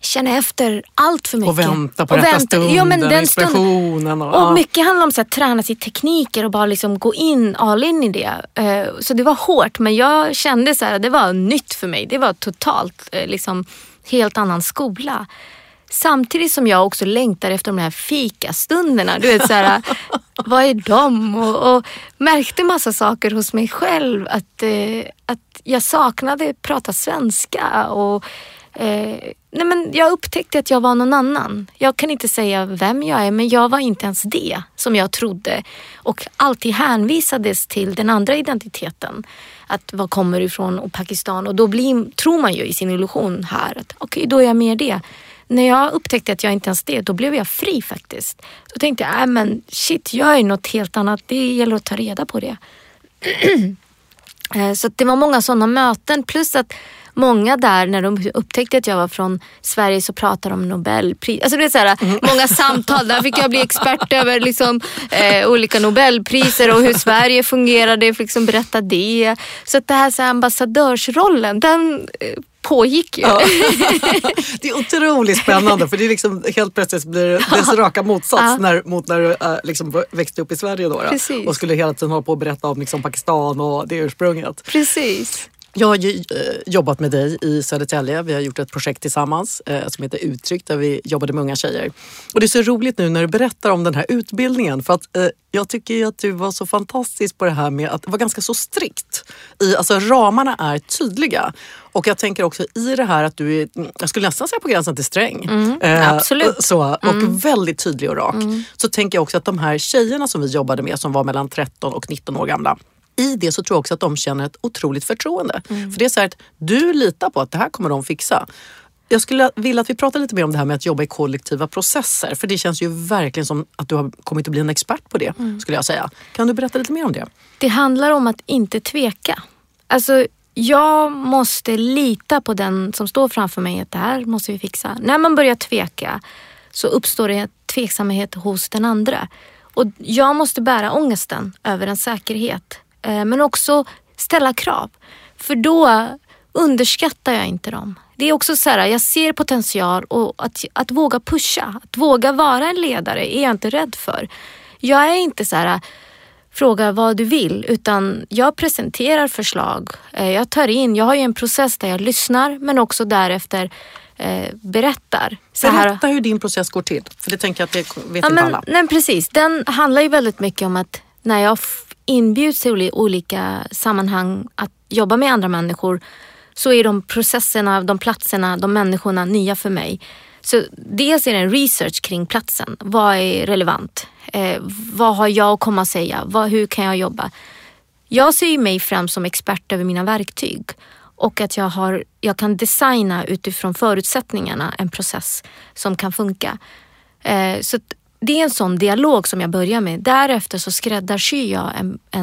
känna efter allt för mycket. Och vänta på rätta stunden, ja, men den inspirationen. Och mycket handlar om så här, träna sig tekniker och bara liksom gå all in i det. Så det var hårt, men jag kände så här, det var nytt för mig. Det var totalt liksom helt annan skola. Samtidigt som jag också längtar efter de här fikastunderna. Du vet så här, vad är de? Och märkte massa saker hos mig själv. Att jag saknade prata svenska. Och nej, men jag upptäckte att jag var någon annan. Jag kan inte säga vem jag är, men jag var inte ens det som jag trodde. Och alltid hänvisades till den andra identiteten. Att vad kommer ifrån och Pakistan. Och då tror man ju i sin illusion här att okej, då är jag mer det. När jag upptäckte att jag inte ens det, då blev jag fri faktiskt. Då tänkte jag, men shit, jag är något helt annat. Det gäller att ta reda på det. Så det var många sådana möten. Plus att många där, när de upptäckte att jag var från Sverige, så pratade de om Nobelpris. Alltså det är så här, många samtal. Där fick jag bli expert över liksom, olika Nobelpriser och hur Sverige fungerade. Jag fick liksom berätta det. Så att det här så här, ambassadörsrollen, den pågick ju. Ja. Det är otroligt spännande, för det är liksom helt plötsligt blir det så raka motsats mot när du liksom växte upp i Sverige då. Och skulle hela tiden hålla på att berätta om liksom Pakistan och det ursprunget. Precis. Jag har jobbat med dig i Södertälje. Vi har gjort ett projekt tillsammans som heter Uttryck, där vi jobbade med unga tjejer. Och det är så roligt nu när du berättar om den här utbildningen, för att jag tycker att du var så fantastisk på det här med att vara ganska så strikt. Alltså ramarna är tydliga. Och jag tänker också i det här att du är, jag skulle nästan säga på gränsen till sträng. Absolut. Så, och väldigt tydlig och rak. Så tänker jag också att de här tjejerna som vi jobbade med, som var mellan 13 och 19 år gamla, i det så tror jag också att de känner ett otroligt förtroende. För det är så här att du litar på att det här kommer de fixa. Jag skulle vilja att vi pratar lite mer om det här med att jobba i kollektiva processer. För det känns ju verkligen som att du har kommit att bli en expert på det, skulle jag säga. Kan du berätta lite mer om det? Det handlar om att inte tveka. Alltså, jag måste lita på den som står framför mig, att det här måste vi fixa. När man börjar tveka så uppstår det tveksamhet hos den andra. Och jag måste bära ångesten över en säkerhet. Men också ställa krav. För då underskattar jag inte dem. Det är också så här, jag ser potential, och att våga pusha, att våga vara en ledare är jag inte rädd för. Jag är inte så här, fråga vad du vill, utan jag presenterar förslag. Jag tar in, jag har ju en process där jag lyssnar, men också därefter berättar. Berätta hur din process går till, för det tänker jag att det vet inte alla. Nej, precis. Den handlar ju väldigt mycket om att när jag inbjuds till olika sammanhang att jobba med andra människor, så är de processerna, de platserna, de människorna nya för mig. Så dels är det en research kring platsen. Vad är relevant? Vad har jag att komma och säga? Hur kan jag jobba? Jag ser ju mig fram som expert över mina verktyg. Och att jag kan designa utifrån förutsättningarna en process som kan funka. Så det är en sån dialog som jag börjar med. Därefter så skräddarsyr jag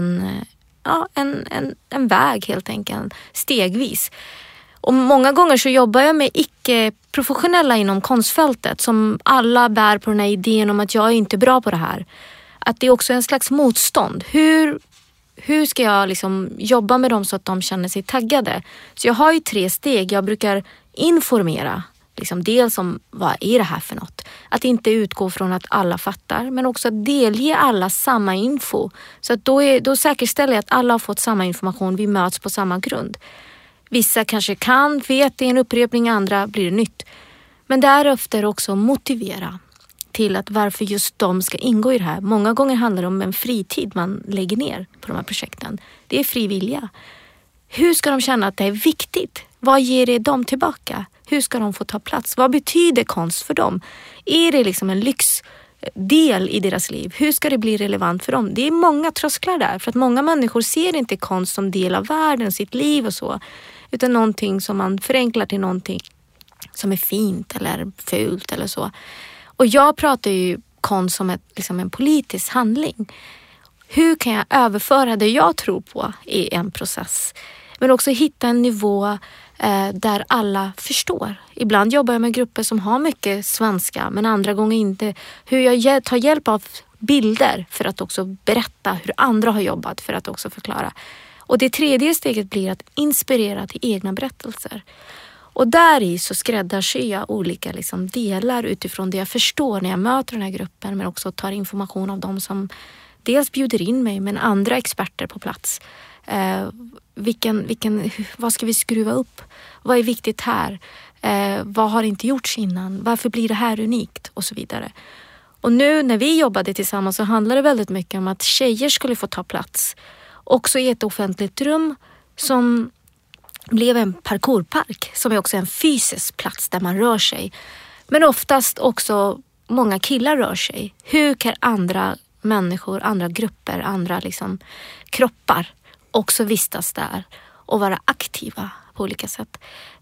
en väg helt enkelt, stegvis. Och många gånger så jobbar jag med icke-professionella inom konstfältet som alla bär på den här idén om att jag är inte bra på det här. Att det är också en slags motstånd. Hur ska jag liksom jobba med dem så att de känner sig taggade? Så jag har ju 3 steg. Jag brukar informera. Liksom dels om vad är det här för något. Att inte utgå från att alla fattar, men också att delge alla samma info. Så att då säkerställer jag att alla har fått samma information, vi möts på samma grund. Vissa kanske vet det är en upprepning, andra blir det nytt. Men därefter också motivera till att varför just de ska ingå i det här. Många gånger handlar det om en fritid man lägger ner på de här projekten. Det är fri vilja. Hur ska de känna att det är viktigt? Vad ger det dem tillbaka? Hur ska de få ta plats? Vad betyder konst för dem? Är det liksom en lyxdel i deras liv? Hur ska det bli relevant för dem? Det är många trösklar där. För att många människor ser inte konst som del av världen, sitt liv och så. Utan någonting som man förenklar till någonting som är fint eller fult eller så. Och jag pratar ju konst som en politisk handling. Hur kan jag överföra det jag tror på i en process? Men också hitta en nivå där alla förstår. Ibland jobbar jag med grupper som har mycket svenska, men andra gånger inte. Hur jag tar hjälp av bilder för att också berätta hur andra har jobbat, för att också förklara. Och det 3:e steget blir att inspirera till egna berättelser. Och där i så skräddarsyr jag olika liksom delar utifrån det jag förstår när jag möter den här gruppen, men också tar information av dem som dels bjuder in mig, men andra experter på plats. Vad ska vi skruva upp? Vad är viktigt här? Vad har inte gjorts innan? Varför blir det här unikt? Och så vidare. Och nu när vi jobbade tillsammans så handlar det väldigt mycket om att tjejer skulle få ta plats. Också i ett offentligt rum som blev en parkourpark. Som är också en fysisk plats där man rör sig. Men oftast också många killar rör sig. Hur kan andra människor, andra grupper, andra liksom kroppar också vistas där och vara aktiva på olika sätt.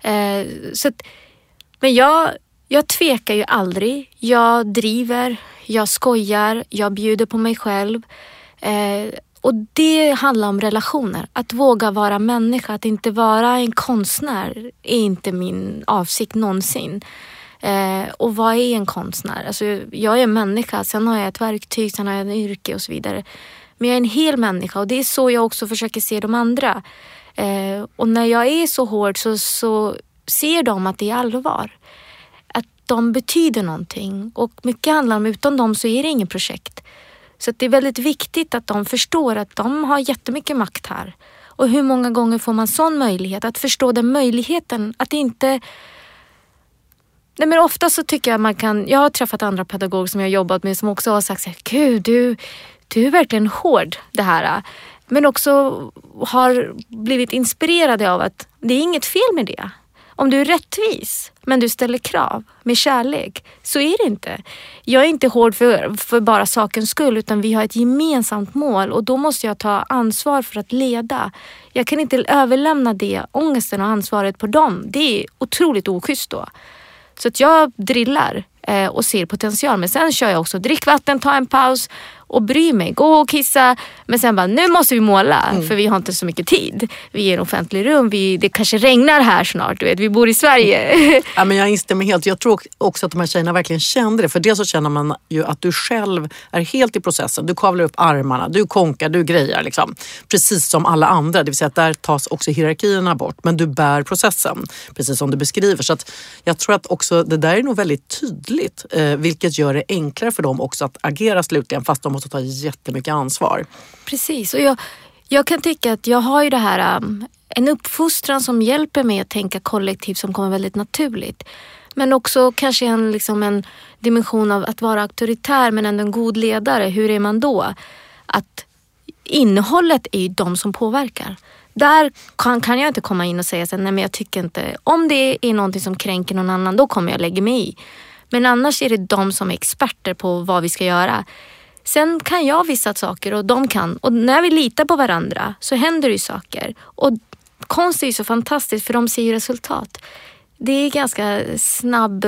Men jag tvekar ju aldrig. Jag driver, jag skojar, jag bjuder på mig själv. Och det handlar om relationer. Att våga vara människa, att inte vara en konstnär är inte min avsikt någonsin. Och vad är en konstnär? Alltså, jag är en människa, sen har jag ett verktyg, sen har jag en yrke och så vidare. Men jag är en hel människa och det är så jag också försöker se de andra. Och när jag är så hård så ser de att det är allvar. Att de betyder någonting. Och mycket handlar om, utan dem så är det inget projekt. Så att det är väldigt viktigt att de förstår att de har jättemycket makt här. Och hur många gånger får man sån möjlighet? Att förstå den möjligheten. Att inte... Nej, men ofta så tycker jag man kan... Jag har träffat andra pedagoger som jag har jobbat med som också har sagt så här, Gud, du är verkligen hård det här. Men också har blivit inspirerade av att det är inget fel med det. Om du är rättvis, men du ställer krav med kärlek, så är det inte. Jag är inte hård för bara sakens skull, utan vi har ett gemensamt mål. Och då måste jag ta ansvar för att leda. Jag kan inte överlämna det, ångesten och ansvaret på dem. Det är otroligt oschysst då. Så att jag drillar och ser potential. Men sen kör jag också drickvatten, ta en paus och bry mig. Gå och kissa. Men sen bara, nu måste vi måla. För vi har inte så mycket tid. Vi är i en offentlig rum. Det kanske regnar här snart. Du vet, vi bor i Sverige. Ja, men jag instämmer helt. Jag tror också att de här tjejerna verkligen kände det. För det så känner man ju att du själv är helt i processen. Du kavlar upp armarna. Du konkar, du grejar liksom. Precis som alla andra. Det vill säga att där tas också hierarkierna bort. Men du bär processen. Precis som du beskriver. Så att jag tror att också det där är nog väldigt tydligt. Vilket gör det enklare för dem också att agera slutligen. Fast de måste ta jättemycket ansvar. Precis, och jag kan tycka att jag har ju det här, en uppfostran som hjälper mig att tänka kollektivt som kommer väldigt naturligt. Men också kanske en dimension av att vara auktoritär men ändå en god ledare. Hur är man då? Att innehållet är ju de som påverkar. Där kan jag inte komma in och säga så, nej men jag tycker inte, om det är någonting som kränker någon annan, då kommer jag lägga mig i. Men annars är det de som är experter på vad vi ska göra. Sen kan jag vissa saker och de kan. Och när vi litar på varandra så händer det ju saker. Och konst är ju så fantastiskt för de ser ju resultat. Det är ganska snabb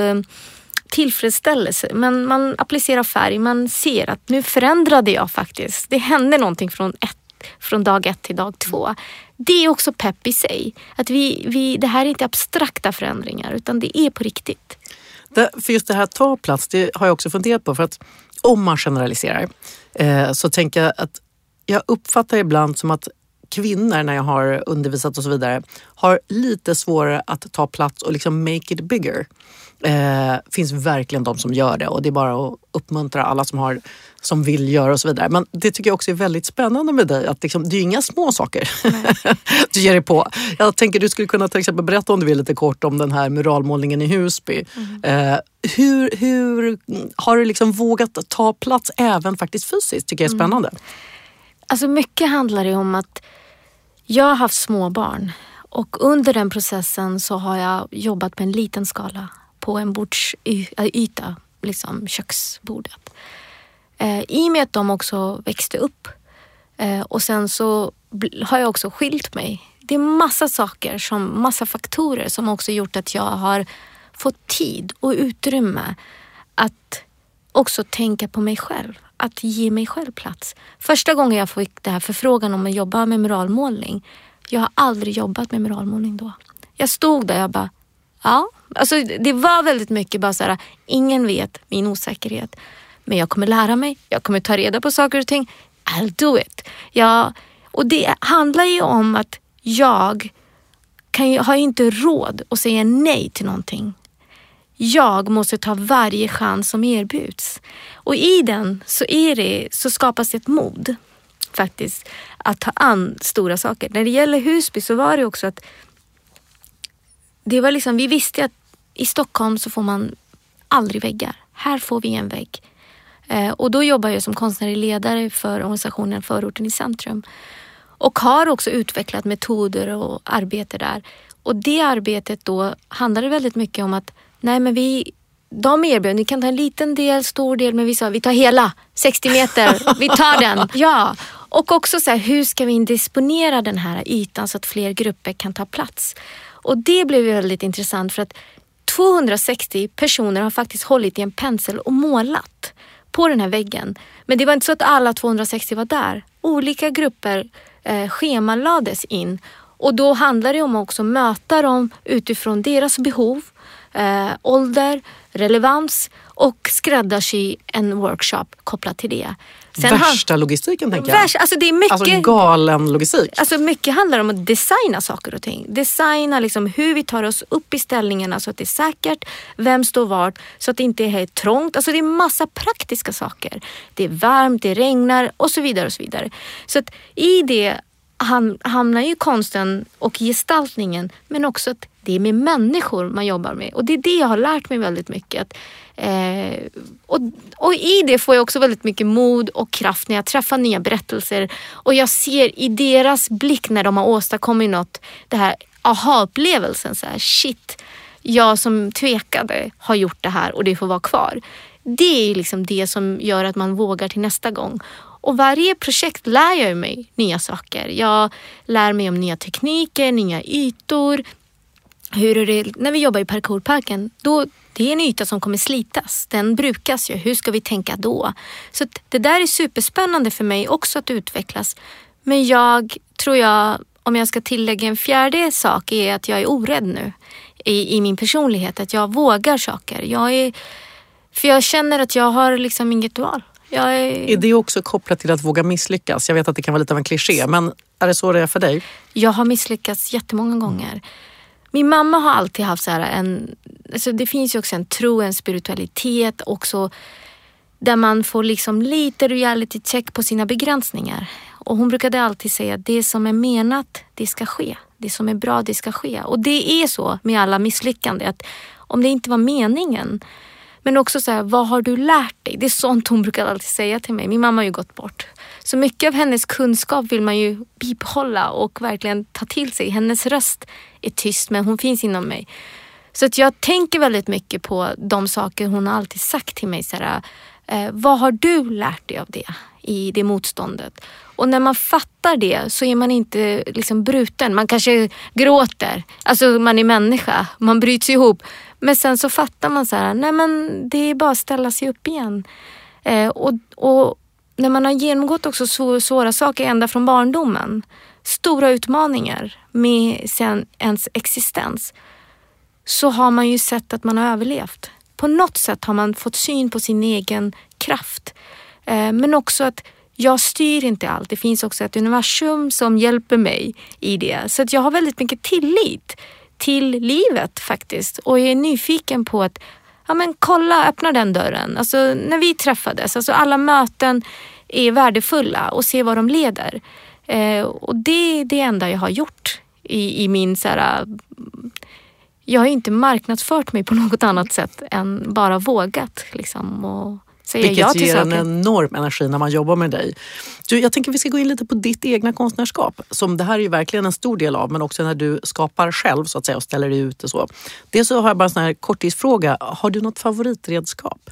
tillfredsställelse. Men man applicerar färg, man ser att nu förändrade jag faktiskt. Det hände någonting från dag 1 till dag 2. Det är också pepp i sig. Att det här är inte abstrakta förändringar utan det är på riktigt. För just det här ta plats, det har jag också funderat på. För att om man generaliserar så tänker jag att jag uppfattar ibland som att kvinnor, när jag har undervisat och så vidare, har lite svårare att ta plats och liksom make it bigger. Finns verkligen de som gör det och det är bara att uppmuntra alla som vill göra och så vidare. Men det tycker jag också är väldigt spännande med dig, att liksom, det är inga små saker du ger dig på. Jag tänker du skulle kunna till exempel berätta om du vill lite kort om den här muralmålningen i Husby. Hur har du liksom vågat ta plats även faktiskt fysiskt, tycker jag är spännande. Alltså mycket handlar det om att jag har haft små barn och under den processen så har jag jobbat på en liten skala på en bordsyta, liksom köksbordet. I och med att de också växte upp och sen så har jag också skilt mig. Det är massa faktorer som också gjort att jag har fått tid och utrymme att också tänka på mig själv. Att ge mig själv plats. Första gången jag fick det här förfrågan om att jobba med muralmålning. Jag har aldrig jobbat med muralmålning då. Jag stod där och jag bara, ja. Alltså det var väldigt mycket bara så här, ingen vet min osäkerhet. Men jag kommer lära mig. Jag kommer ta reda på saker och ting. I'll do it. Och det handlar ju om att jag har ju inte råd att säga nej till någonting. Jag måste ta varje chans som erbjuds. Och i den så skapas det ett mod faktiskt att ta an stora saker. När det gäller Husby så var det också att det var liksom, vi visste att i Stockholm så får man aldrig väggar. Här får vi en vägg. Och då jobbar jag som konstnärlig ledare för organisationen Förorten i centrum. Och har också utvecklat metoder och arbete där. Och det arbetet då handlade väldigt mycket om att nej, men de erbjöd, ni kan ta en liten del, stor del, men vi sa vi tar hela 60 meter, vi tar den. Ja, och också så här, hur ska vi disponera den här ytan så att fler grupper kan ta plats? Och det blev väldigt intressant för att 260 personer har faktiskt hållit i en pensel och målat på den här väggen. Men det var inte så att alla 260 var där. Olika grupper schemalades in. Och då handlar det om att också möta dem utifrån deras behov, ålder, relevans och skräddarsy en workshop kopplat till det. Värsta logistiken tänker jag. Alltså det är mycket, alltså galen logistik. Alltså mycket handlar om att designa saker och ting. Designa liksom hur vi tar oss upp i ställningarna så att det är säkert. Vem står vart så att det inte är helt trångt. Alltså det är massa praktiska saker. Det är varmt, det regnar och så vidare och så vidare. Så att i det hamnar ju konsten och gestaltningen, men också att det är med människor man jobbar med. Och det är det jag har lärt mig väldigt mycket. Att, och i det får jag också väldigt mycket mod och kraft när jag träffar nya berättelser. Och jag ser i deras blick när de har åstadkommit något, det här aha-upplevelsen. Så här, shit, jag som tvekade har gjort det här och det får vara kvar. Det är liksom det som gör att man vågar till nästa gång. Och varje projekt lär jag mig nya saker. Jag lär mig om nya tekniker, nya ytor. Hur är det när vi jobbar i parkourparken? Då, det är en yta som kommer slitas. Den brukas ju. Hur ska vi tänka då? Så det där är superspännande för mig också att utvecklas. Men jag tror om jag ska tillägga en fjärde sak, är att jag är orädd nu i min personlighet. Att jag vågar saker. För jag känner att jag har liksom inget val. Är det också kopplat till att våga misslyckas? Jag vet att det kan vara lite av en kliché, men är det så det är för dig? Jag har misslyckats jättemånga gånger. Min mamma har alltid haft så här alltså det finns ju också en tro, en spiritualitet också, där man får liksom lite reality check på sina begränsningar. Och hon brukade alltid säga att det som är menat, det ska ske. Det som är bra, det ska ske. Och det är så med alla misslyckande, att om det inte var meningen. Men också så här, vad har du lärt dig? Det är sånt hon brukar alltid säga till mig. Min mamma har ju gått bort. Så mycket av hennes kunskap vill man ju bibehålla och verkligen ta till sig. Hennes röst är tyst, men hon finns inom mig. Så att jag tänker väldigt mycket på de saker hon har alltid sagt till mig. Så här, vad har du lärt dig av det i det motståndet? Och när man fattar det så är man inte liksom bruten. Man kanske gråter. Alltså man är människa. Man bryts ihop. Men sen så fattar man så här, nej men det är bara att ställa sig upp igen. Och när man har genomgått också svåra saker ända från barndomen. Stora utmaningar med sen ens existens. Så har man ju sett att man har överlevt. På något sätt har man fått syn på sin egen kraft. Men också att jag styr inte allt. Det finns också ett universum som hjälper mig i det. Så att jag har väldigt mycket tillit till livet faktiskt. Och jag är nyfiken på att kolla, öppna den dörren. Alltså när vi träffades, alltså alla möten är värdefulla och se vad de leder. Och det är det enda jag har gjort i min så här. Jag har inte marknadsfört mig på något annat sätt än bara vågat liksom, och säga ja till saker. Vilket ger en enorm energi när man jobbar med dig. Jag tänker vi ska gå in lite på ditt egna konstnärskap, som det här är ju verkligen en stor del av, men också när du skapar själv så att säga och ställer dig ut och så. Dels så har jag bara en sån här korttidsfråga. Har du något favoritredskap?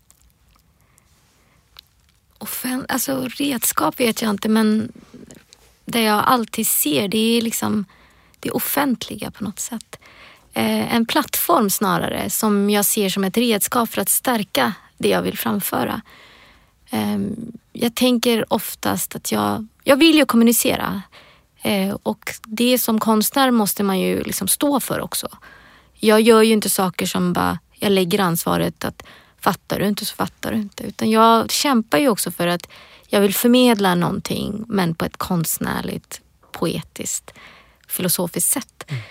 Alltså redskap vet jag inte, men det jag alltid ser, det är liksom det offentliga på något sätt. En plattform snarare som jag ser som ett redskap för att stärka det jag vill framföra. Jag tänker oftast att jag vill ju kommunicera. Och det som konstnär måste man ju liksom stå för också. Jag gör ju inte saker som bara, jag lägger ansvaret att fattar du inte så fattar du inte. Utan jag kämpar ju också för att jag vill förmedla någonting, men på ett konstnärligt, poetiskt, filosofiskt sätt.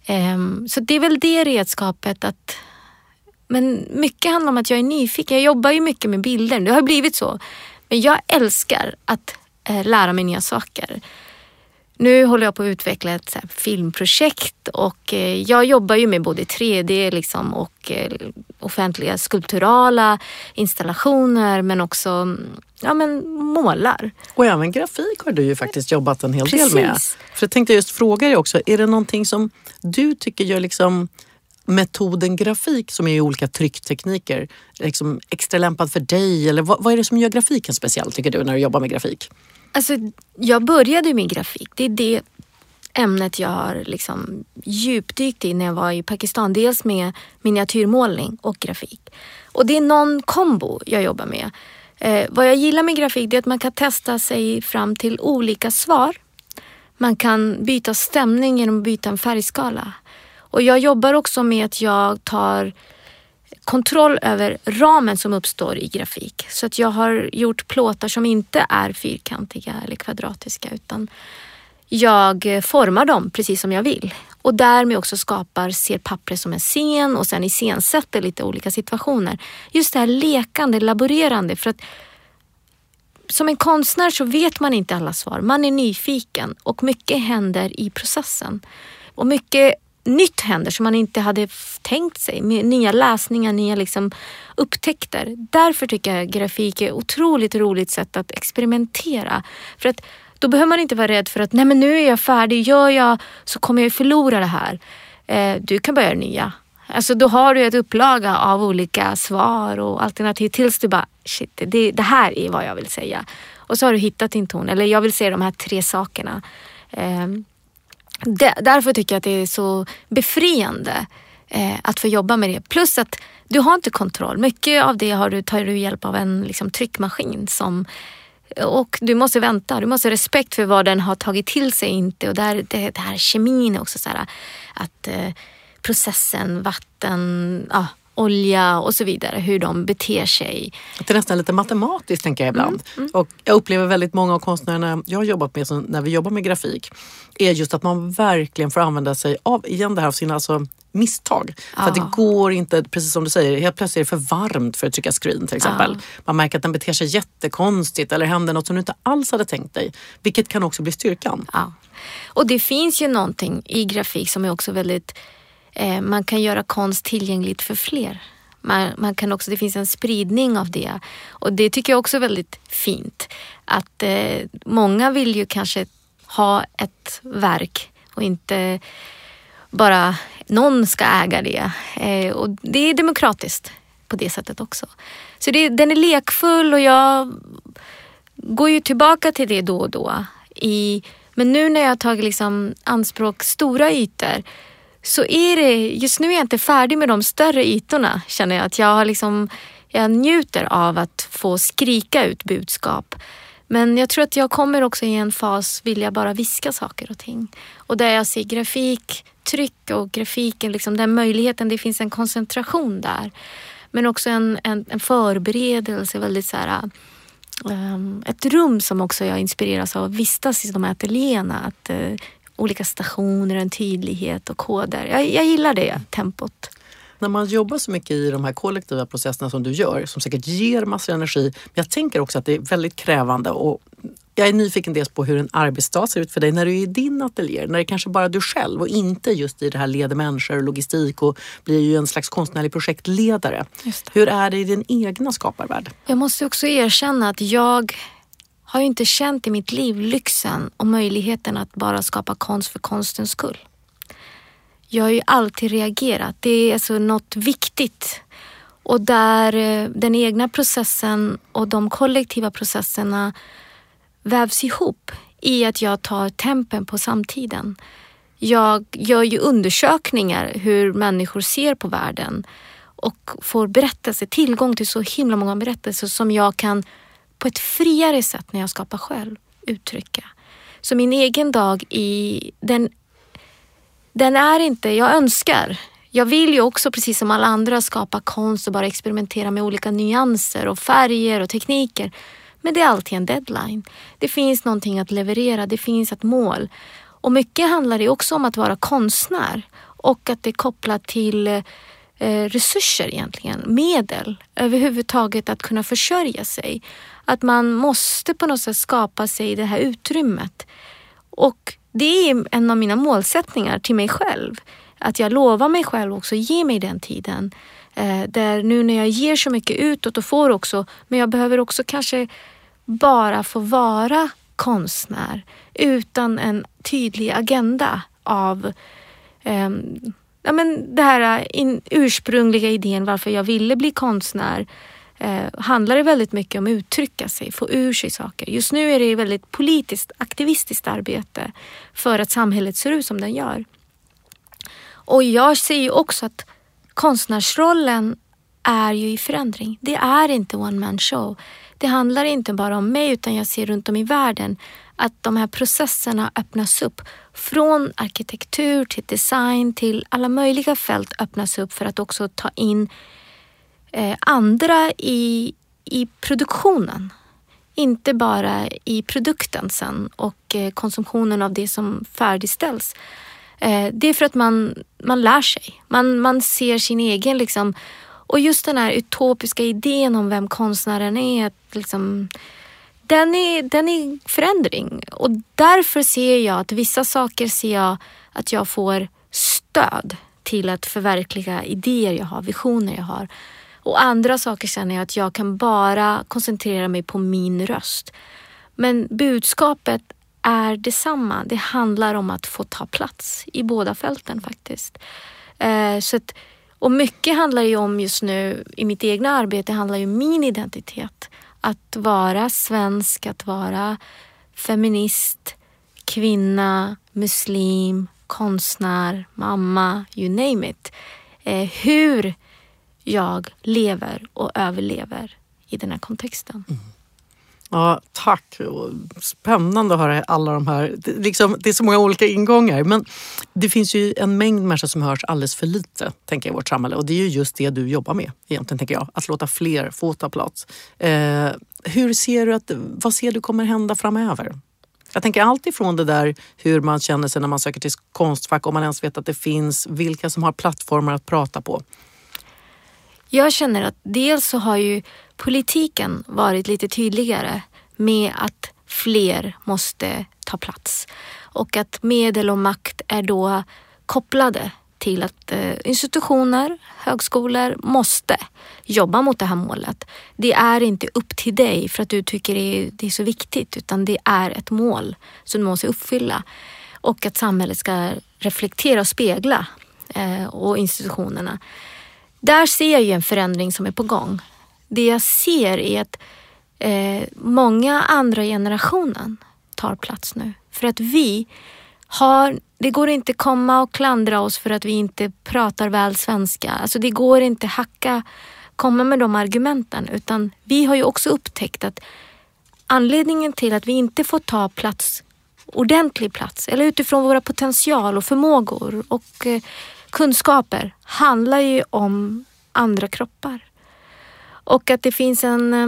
Så det är väl det redskapet att... Men mycket handlar om att jag är nyfiken. Jag jobbar ju mycket med bilder. Det har blivit så. Men jag älskar att lära mig nya saker. Nu håller jag på att utveckla ett filmprojekt och jag jobbar ju med både 3D liksom, och offentliga skulpturala installationer men också målar. Och även grafik har du ju faktiskt jobbat en hel del med. För jag tänkte just fråga dig också, är det någonting som du tycker gör liksom metoden grafik som är i olika trycktekniker liksom extra lämpad för dig? Eller vad är det som gör grafiken speciell tycker du när du jobbar med grafik? Alltså, jag började med grafik. Det är det ämnet jag har liksom djupdykt i när jag var i Pakistan. Dels med miniatyrmålning och grafik. Och det är någon kombo jag jobbar med. Vad jag gillar med grafik är att man kan testa sig fram till olika svar. Man kan byta stämning genom att byta en färgskala. Och jag jobbar också med att jag tar kontroll över ramen som uppstår i grafik. Så att jag har gjort plåtar som inte är fyrkantiga eller kvadratiska utan jag formar dem precis som jag vill. Och därmed också ser pappret som en scen och sen iscensätter lite olika situationer. Just det här lekande, laborerande. För att som en konstnär så vet man inte alla svar. Man är nyfiken och mycket händer i processen. Och mycket nytt händer som man inte hade tänkt sig. Med nya läsningar, nya liksom upptäckter. Därför tycker jag grafik är otroligt roligt sätt att experimentera. För att då behöver man inte vara rädd för att nej men nu är jag färdig, gör jag så kommer jag förlora det här. Du kan börja nya. Alltså då har du ett upplaga av olika svar och alternativ tills du bara shit, det här är vad jag vill säga. Och så har du hittat din ton. Eller jag vill säga de här 3 sakerna. Därför tycker jag att det är så befriande att få jobba med det. Plus att du har inte kontroll. Mycket av det tar du hjälp av en liksom, tryckmaskin och du måste vänta. Du måste ha respekt för vad den har tagit till sig inte. Och det här kemin är också så här att processen, vatten, olja och så vidare, hur de beter sig. Det är nästan lite matematiskt tänker jag ibland. Och jag upplever väldigt många av konstnärerna jag har jobbat med när vi jobbar med grafik är just att man verkligen får använda sig av igen det här av sina misstag. För att det går inte, precis som du säger, helt plötsligt är det för varmt för att trycka screen till exempel. Man märker att den beter sig jättekonstigt eller händer något som du inte alls hade tänkt dig. Vilket kan också bli styrkan. Ja. Och det finns ju någonting i grafik som är också väldigt man kan göra konst tillgängligt för fler. Man kan också, det finns en spridning av det. Och det tycker jag också är väldigt fint. Att många vill ju kanske ha ett verk och inte bara någon ska äga det. Och det är demokratiskt på det sättet också. Så den är lekfull och jag går ju tillbaka till det då och då. Men nu när jag har tagit liksom anspråk stora ytor så är det, just nu är jag inte färdig med de större ytorna känner jag. Att jag njuter av att få skrika ut budskap. Men jag tror att jag kommer också i en fas vilja bara viska saker och ting. Och där jag ser grafik, tryck och grafiken, liksom den möjligheten, det finns en koncentration där. Men också en förberedelse, väldigt så här, ett rum som också jag inspireras av att vistas i de här ateljéerna. Att olika stationer, en tydlighet och koder. Jag gillar det tempot. När man jobbar så mycket i de här kollektiva processerna som du gör, som säkert ger massor energi, men jag tänker också att det är väldigt krävande och jag är nyfiken dels på hur en arbetsdag ser ut för dig när du är i din ateljé, när det är kanske bara du själv och inte just i det här leder människor och logistik och blir ju en slags konstnärlig projektledare. Hur är det i din egna skaparvärld? Jag måste också erkänna att jag har ju inte känt i mitt liv lyxen och möjligheten att bara skapa konst för konstens skull. Jag har ju alltid reagerat. Det är alltså något viktigt. Och där den egna processen och de kollektiva processerna vävs ihop i att jag tar tempen på samtiden. Jag gör ju undersökningar hur människor ser på världen och får berättelser, tillgång till så himla många berättelser som jag kan på ett friare sätt när jag skapar själv uttrycka. Så min egen dag den är inte, jag vill ju också precis som alla andra skapa konst och bara experimentera med olika nyanser och färger och tekniker. Men det är alltid en deadline. Det finns någonting att leverera, det finns ett mål. Och mycket handlar det också om att vara konstnär och att det är kopplat till resurser egentligen, medel överhuvudtaget att kunna försörja sig. Att man måste på något sätt skapa sig det här utrymmet. Och det är en av mina målsättningar till mig själv. Att jag lovar mig själv också ge mig den tiden. Där nu när jag ger så mycket utåt och får också, men jag behöver också kanske bara få vara konstnär utan en tydlig agenda av det här ursprungliga idén varför jag ville bli konstnär. Handlar det väldigt mycket om att uttrycka sig, få ur sig saker. Just nu är det väldigt politiskt, aktivistiskt arbete för att samhället ser ut som den gör. Och jag ser ju också att konstnärsrollen är ju i förändring. Det är inte one man show. Det handlar inte bara om mig utan jag ser runt om i världen att de här processerna öppnas upp. Från arkitektur till design till alla möjliga fält öppnas upp för att också ta in andra i produktionen. Inte bara i produkten sen och konsumtionen av det som färdigställs. Det är för att man lär sig. Man ser sin egen liksom. Och just den här utopiska idén om vem konstnären är, att liksom, den är förändring. Och därför ser jag att vissa saker ser jag att jag får stöd till att förverkliga idéer jag har, visioner jag har. Och andra saker känner jag att jag kan bara koncentrera mig på min röst. Men budskapet är detsamma. Det handlar om att få ta plats i båda fälten faktiskt. Och mycket handlar ju om just nu i mitt egna arbete handlar ju om min identitet. Att vara svensk, att vara feminist, kvinna, muslim, konstnär, mamma, you name it. Hur jag lever och överlever i den här kontexten. Mm. Ja, tack. Spännande att höra alla de här. Det är så många olika ingångar. Men det finns ju en mängd människor som hörs alldeles för lite, tänker jag, i vårt samhälle. Och det är ju just det du jobbar med, egentligen, tänker jag. Att låta fler få ta plats. Vad ser du kommer hända framöver? Jag tänker allt ifrån det där hur man känner sig när man söker till Konstfack. Om man ens vet att det finns, vilka som har plattformar att prata på. Jag känner att dels så har ju politiken varit lite tydligare med att fler måste ta plats. Och att medel och makt är då kopplade till att institutioner, högskolor måste jobba mot det här målet. Det är inte upp till dig för att du tycker det är så viktigt, utan det är ett mål som du måste uppfylla. Och att samhället ska reflektera och spegla och institutionerna. Där ser jag ju en förändring som är på gång. Det jag ser är att många andra generationen tar plats nu. För att det går inte komma och klandra oss för att vi inte pratar väl svenska. Alltså det går inte komma med de argumenten. Utan vi har ju också upptäckt att anledningen till att vi inte får ta plats, ordentlig plats, eller utifrån våra potential och förmågor och kunskaper, handlar ju om andra kroppar. Och att det finns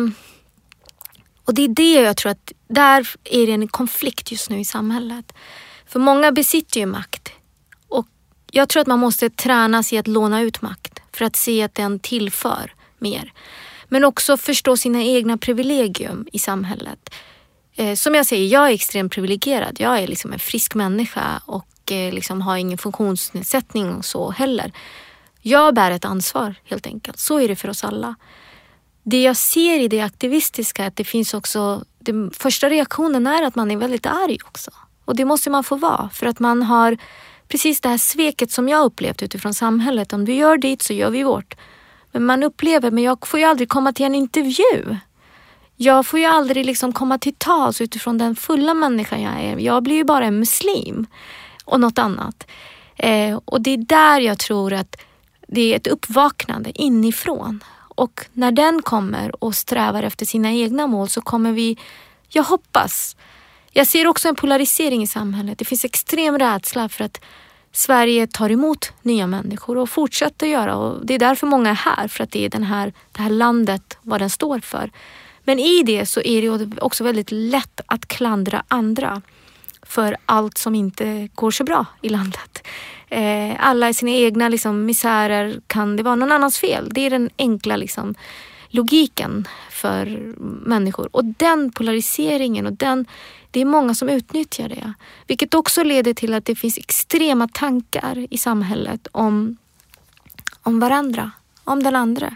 och det är det jag tror att där är det en konflikt just nu i samhället. För många besitter ju makt. Och jag tror att man måste tränas i att låna ut makt för att se att den tillför mer. Men också förstå sina egna privilegium i samhället. Som jag säger, jag är extremt privilegierad. Jag är liksom en frisk människa och liksom har ingen funktionsnedsättning och så heller. Jag bär ett ansvar helt enkelt. Så är det för oss alla. Det jag ser i det aktivistiska är att det finns också, den första reaktionen är att man är väldigt arg också. Och det måste man få vara. För att man har precis det här sveket som jag upplevt utifrån samhället. Om du gör dit så gör vi vårt. Men man upplever, men jag får ju aldrig komma till en intervju. Jag får ju aldrig liksom komma till tals utifrån den fulla människan jag är. Jag blir ju bara en muslim och något annat. Och det är där jag tror att det är ett uppvaknande inifrån. Och när den kommer och strävar efter sina egna mål så kommer vi, jag hoppas. Jag ser också en polarisering i samhället. Det finns extrem rädsla för att Sverige tar emot nya människor och fortsätter göra. Och det är därför många är här, för att det är det här landet, vad den står för. Men i det så är det också väldigt lätt att klandra andra. för allt som inte går så bra i landet. Alla i sina egna liksom, misärer kan det vara någon annans fel. Det är den enkla liksom, logiken för människor. Och den polariseringen och det är många som utnyttjar det. Vilket också leder till att det finns extrema tankar i samhället om varandra, om den andra.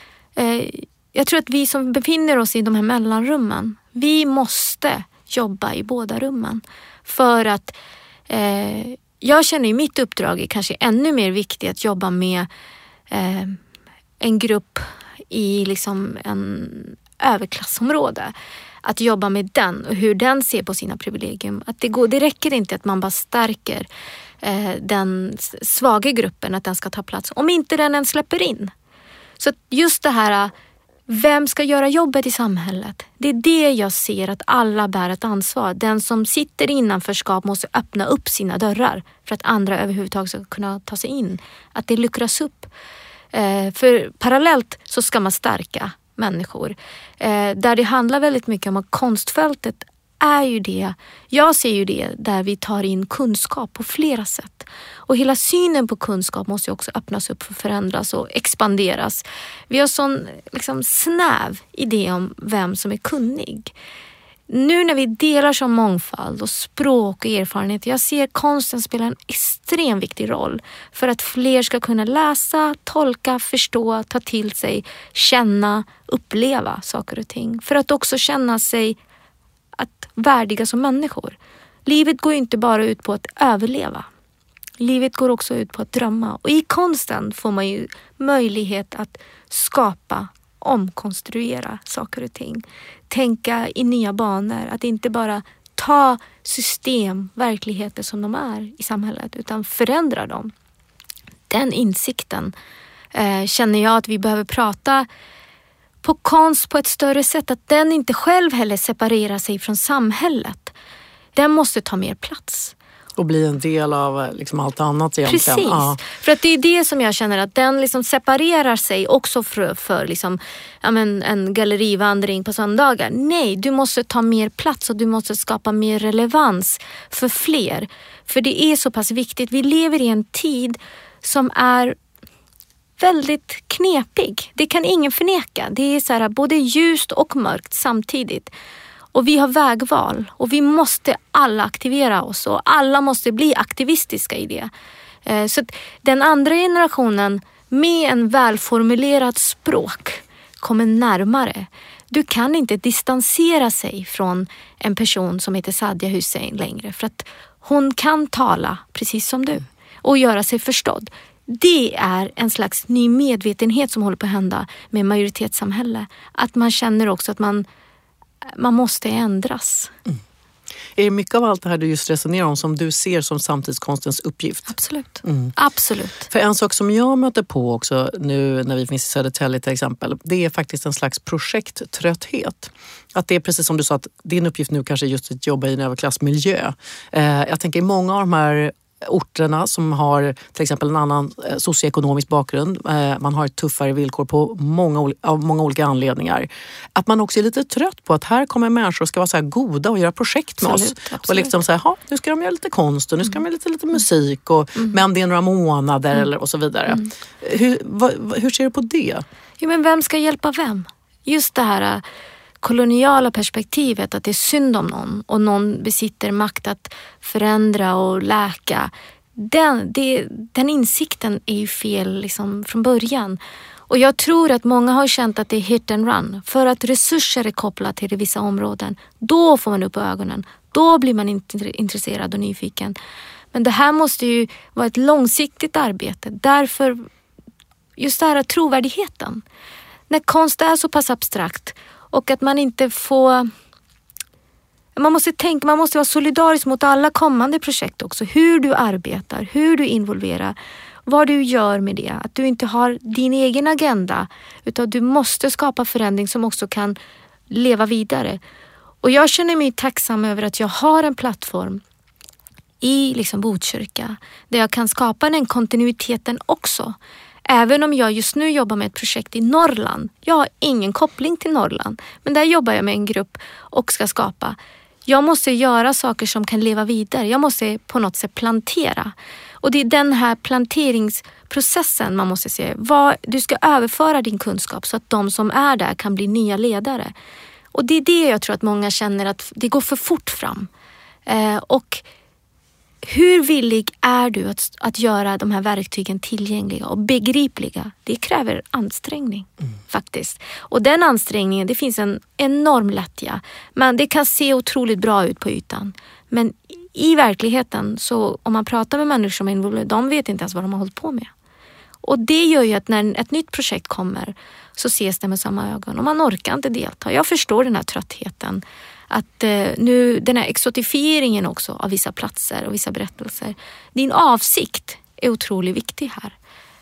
Jag tror att vi som befinner oss i de här mellanrummen, vi måste jobba i båda rummen. För att jag känner ju mitt uppdrag är kanske ännu mer viktigt att jobba med en grupp i liksom en överklassområde. Att jobba med den och hur den ser på sina privilegium. Att det räcker inte att man bara stärker den svaga gruppen, att den ska ta plats. Om inte den än släpper in. Så just det här, vem ska göra jobbet i samhället? Det är det jag ser att alla bär ett ansvar. Den som sitter innanförskap måste öppna upp sina dörrar för att andra överhuvudtaget ska kunna ta sig in. Att det luckras upp. För parallellt så ska man stärka människor. Där det handlar väldigt mycket om att konstfältet är ju det. Jag ser ju det där vi tar in kunskap på flera sätt. Och hela synen på kunskap måste ju också öppnas upp för att förändras och expanderas. Vi har sån liksom snäv idé om vem som är kunnig. Nu när vi delar som mångfald och språk och erfarenhet, jag ser konsten spela en extremt viktig roll för att fler ska kunna läsa, tolka, förstå, ta till sig, känna, uppleva saker och ting. För att också känna sig att värdiga som människor. Livet går ju inte bara ut på att överleva. Livet går också ut på att drömma. Och i konsten får man ju möjlighet att skapa, omkonstruera saker och ting. Tänka i nya banor. Att inte bara ta system, verkligheter som de är i samhället, utan förändra dem. Den insikten känner jag att vi behöver prata på konst på ett större sätt. Att den inte själv heller separerar sig från samhället. Den måste ta mer plats. Och bli en del av liksom allt annat egentligen. Precis, ja. För att det är det som jag känner att den liksom separerar sig också för liksom, en gallerivandring på söndagar. Nej, du måste ta mer plats och du måste skapa mer relevans för fler. För det är så pass viktigt. Vi lever i en tid som är väldigt knepig. Det kan ingen förneka. Det är så här, både ljust och mörkt samtidigt. Och vi har vägval och vi måste alla aktivera oss och alla måste bli aktivistiska i det. Så att den andra generationen med en välformulerad språk kommer närmare. Du kan inte distansera sig från en person som heter Sadia Hussein längre, för att hon kan tala precis som du och göra sig förstådd. Det är en slags ny medvetenhet som håller på att hända med majoritetssamhälle. Att man känner också att man måste ändras. Är det mycket av allt det här du just resonerar om som du ser som samtidskonstens uppgift? Absolut. Absolut. För en sak som jag möter på också nu när vi finns i Södertälje till exempel, det är faktiskt en slags projekttrötthet. Att det är precis som du sa, att din uppgift nu kanske är just att jobba i en överklassmiljö. Jag tänker i många av de här orterna som har till exempel en annan socioekonomisk bakgrund, man har ett tuffare villkor av många olika anledningar. Att man också är lite trött på att här kommer människor och ska vara så här goda och göra projekt med oss. Och liksom så här, nu ska de göra lite konst och nu ska de göra lite musik men det är några månader och så vidare. Hur ser du på det? Jo, men vem ska hjälpa vem? Just det här koloniala perspektivet, att det är synd om någon och någon besitter makt att förändra och läka. Den insikten är ju fel liksom från början. Och jag tror att många har känt att det är hit and run. För att resurser är kopplat till vissa områden. Då får man upp ögonen. Då blir man intresserad och nyfiken. Men det här måste ju vara ett långsiktigt arbete. Därför just det här trovärdigheten. När konst är så pass abstrakt och att man inte får... Man måste vara solidarisk mot alla kommande projekt också. Hur du arbetar, hur du involverar, vad du gör med det. Att du inte har din egen agenda, utan du måste skapa förändring som också kan leva vidare. Och jag känner mig tacksam över att jag har en plattform i liksom Botkyrka där jag kan skapa den kontinuiteten också. Även om jag just nu jobbar med ett projekt i Norrland. Jag har ingen koppling till Norrland. Men där jobbar jag med en grupp och ska skapa. Jag måste göra saker som kan leva vidare. Jag måste på något sätt plantera. Och det är den här planteringsprocessen man måste se. Du ska överföra din kunskap så att de som är där kan bli nya ledare. Och det är det jag tror att många känner att det går för fort fram. Och hur villig är du att göra de här verktygen tillgängliga och begripliga? Det kräver ansträngning faktiskt. Och den ansträngningen, det finns en enorm lättja. Men det kan se otroligt bra ut på ytan. Men i verkligheten, så om man pratar med människor som är involverade, de vet inte ens vad de har hållit på med. Och det gör ju att när ett nytt projekt kommer så ses det med samma ögon. Och man orkar inte delta. Jag förstår den här tröttheten. Att nu den här exotifieringen också av vissa platser och vissa berättelser. Din avsikt är otroligt viktig här.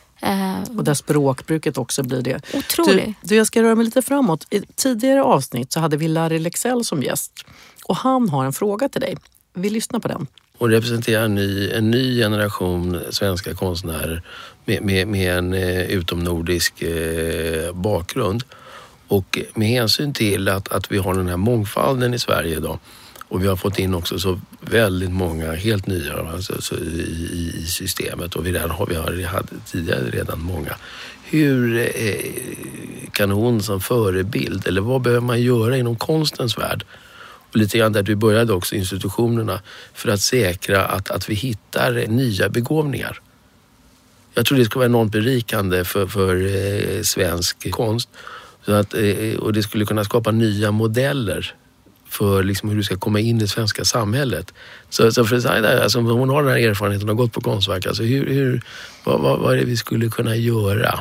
Och där språkbruket också blir det. Otroligt. Jag ska röra mig lite framåt. I tidigare avsnitt så hade vi Larry Lexell som gäst. Och han har en fråga till dig. Vi lyssnar på den. Och representerar en ny generation svenska konstnärer med en utomnordisk bakgrund. Och med hänsyn till att vi har den här mångfalden i Sverige idag och vi har fått in också så väldigt många helt nya alltså, i systemet och vi hade tidigare redan många. Hur kan hon som förebild eller vad behöver man göra inom konstens värld? Och lite grann där du började också institutionerna för att säkra att vi hittar nya begåvningar. Jag tror det ska vara enormt berikande för svensk konst. Så att, och det skulle kunna skapa nya modeller för liksom hur du ska komma in i det svenska samhället. Så för Zaida, alltså, hon har den här erfarenheten och har gått på Konstverk. Alltså, vad är det vi skulle kunna göra?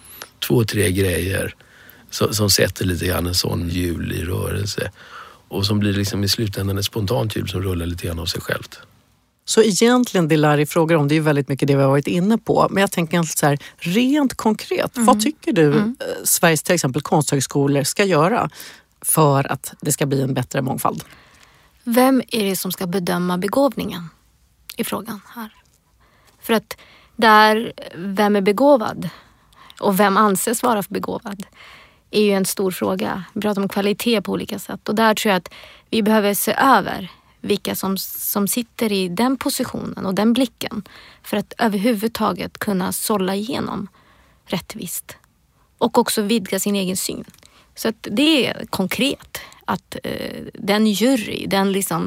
2-3 grejer som sätter lite grann en sån hjul i rörelse. Och som blir liksom i slutändan ett spontant hjul som rullar lite grann av sig självt. Så egentligen det Larry frågar om, det är ju väldigt mycket det vi har varit inne på. Men jag tänker så här, rent konkret, vad tycker du Sveriges till exempel konsthögskolor ska göra för att det ska bli en bättre mångfald? Vem är det som ska bedöma begåvningen i frågan här? För att vem är begåvad och vem anses vara för begåvad är ju en stor fråga. Vi pratar om kvalitet på olika sätt och där tror jag att vi behöver se över vilka som sitter i den positionen och den blicken för att överhuvudtaget kunna sålla igenom rättvist och också vidga sin egen syn. Så att det är konkret att den jury, den liksom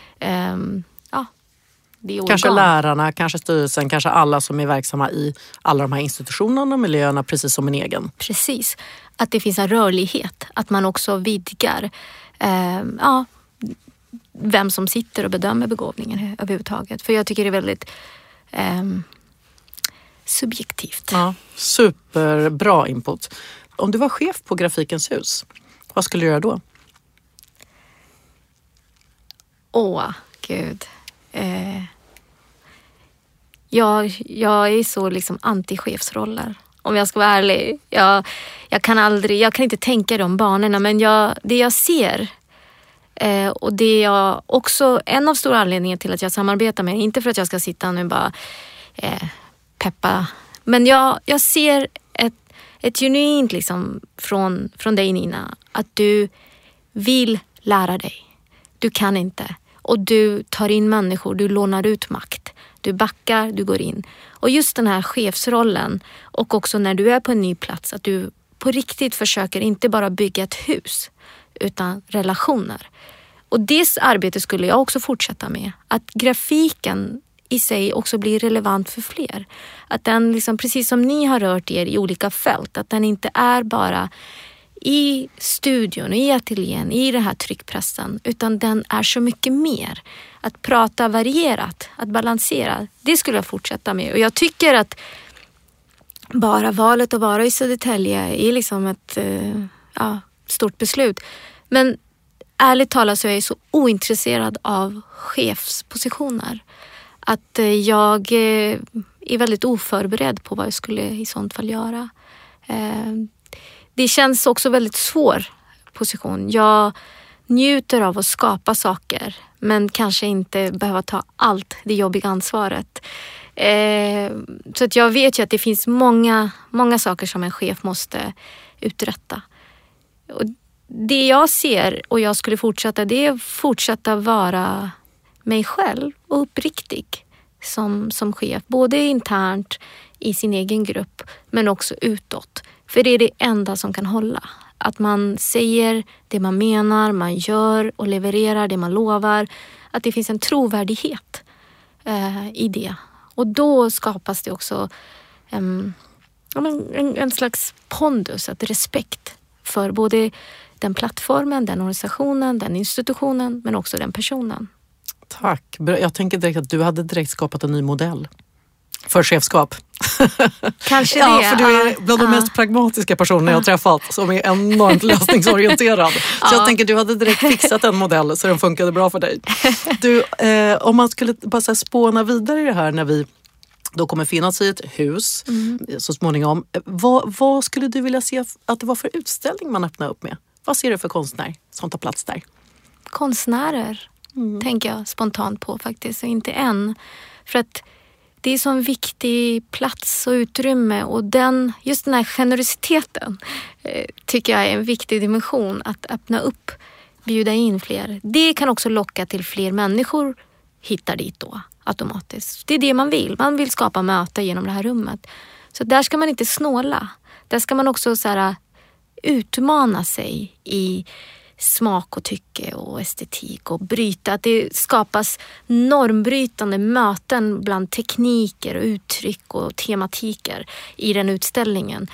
det är kanske lärarna, kanske styrelsen, kanske alla som är verksamma i alla de här institutionerna och miljöerna precis som en egen. Precis, att det finns en rörlighet, att man också vidgar vem som sitter och bedömer begåvningen överhuvudtaget. För jag tycker det är väldigt subjektivt. Ja, superbra input. Om du var chef på Grafikens hus, vad skulle du göra då? Gud. Jag är så liksom anti-chefsroller. Om jag ska vara ärlig. Jag kan inte tänka de banorna. Men det jag ser och det jag också, en av stora anledningarna till att jag samarbetar med, inte för att jag ska sitta nu bara peppa. Men jag ser ett genuint liksom från dig Nina, att du vill lära dig. Du kan inte. Och du tar in människor, du lånar ut makt. Du backar, du går in. Och just den här chefsrollen och också när du är på en ny plats, att du på riktigt försöker inte bara bygga ett hus utan relationer. Och det arbetet skulle jag också fortsätta med. Att grafiken i sig också blir relevant för fler. Att den liksom, precis som ni har rört er i olika fält, att den inte är bara i studion, i ateljén, i den här tryckpressen, utan den är så mycket mer. Att prata varierat, att balansera, det skulle jag fortsätta med. Och jag tycker att bara valet att vara i Södertälje är liksom ett stort beslut. Men ärligt talat så är jag så ointresserad av chefspositioner. Att jag är väldigt oförberedd på vad jag skulle i sånt fall göra. Det känns också väldigt svår position. Jag njuter av att skapa saker, men kanske inte behöva ta allt det jobbiga ansvaret. Så att jag vet ju att det finns många saker som en chef måste uträtta. Och det jag ser och jag skulle fortsätta, det är fortsätta vara mig själv och uppriktig som chef. Både internt i sin egen grupp men också utåt. För det är det enda som kan hålla. Att man säger det man menar, man gör och levererar det man lovar. Att det finns en trovärdighet i det. Och då skapas det också en slags pondus, ett respekt för både den plattformen, den organisationen, den institutionen men också den personen. Tack. Jag tänker direkt att du hade direkt skapat en ny modell för chefskap. Kanske ja, det. För du är bland de mest pragmatiska personer jag har träffat som är enormt lösningsorienterad. Så jag tänker du hade direkt fixat en modell så den funkade bra för dig. Du, om man skulle bara så här spåna vidare i det här när vi då kommer finnas i ett hus så småningom. Vad skulle du vilja se att det var för utställning man öppnar upp med? Vad ser du för konstnär som tar plats där? Konstnärer tänker jag spontant på faktiskt och inte än. För att det är så en viktig plats och utrymme och just den här generositeten tycker jag är en viktig dimension att öppna upp, bjuda in fler. Det kan också locka till fler människor hittar dit då automatiskt. Det är det man vill. Man vill skapa möte genom det här rummet. Så där ska man inte snåla. Där ska man också så här, utmana sig i smak och tycke och estetik och bryta. Att det skapas normbrytande möten bland tekniker och uttryck och tematiker i den utställningen.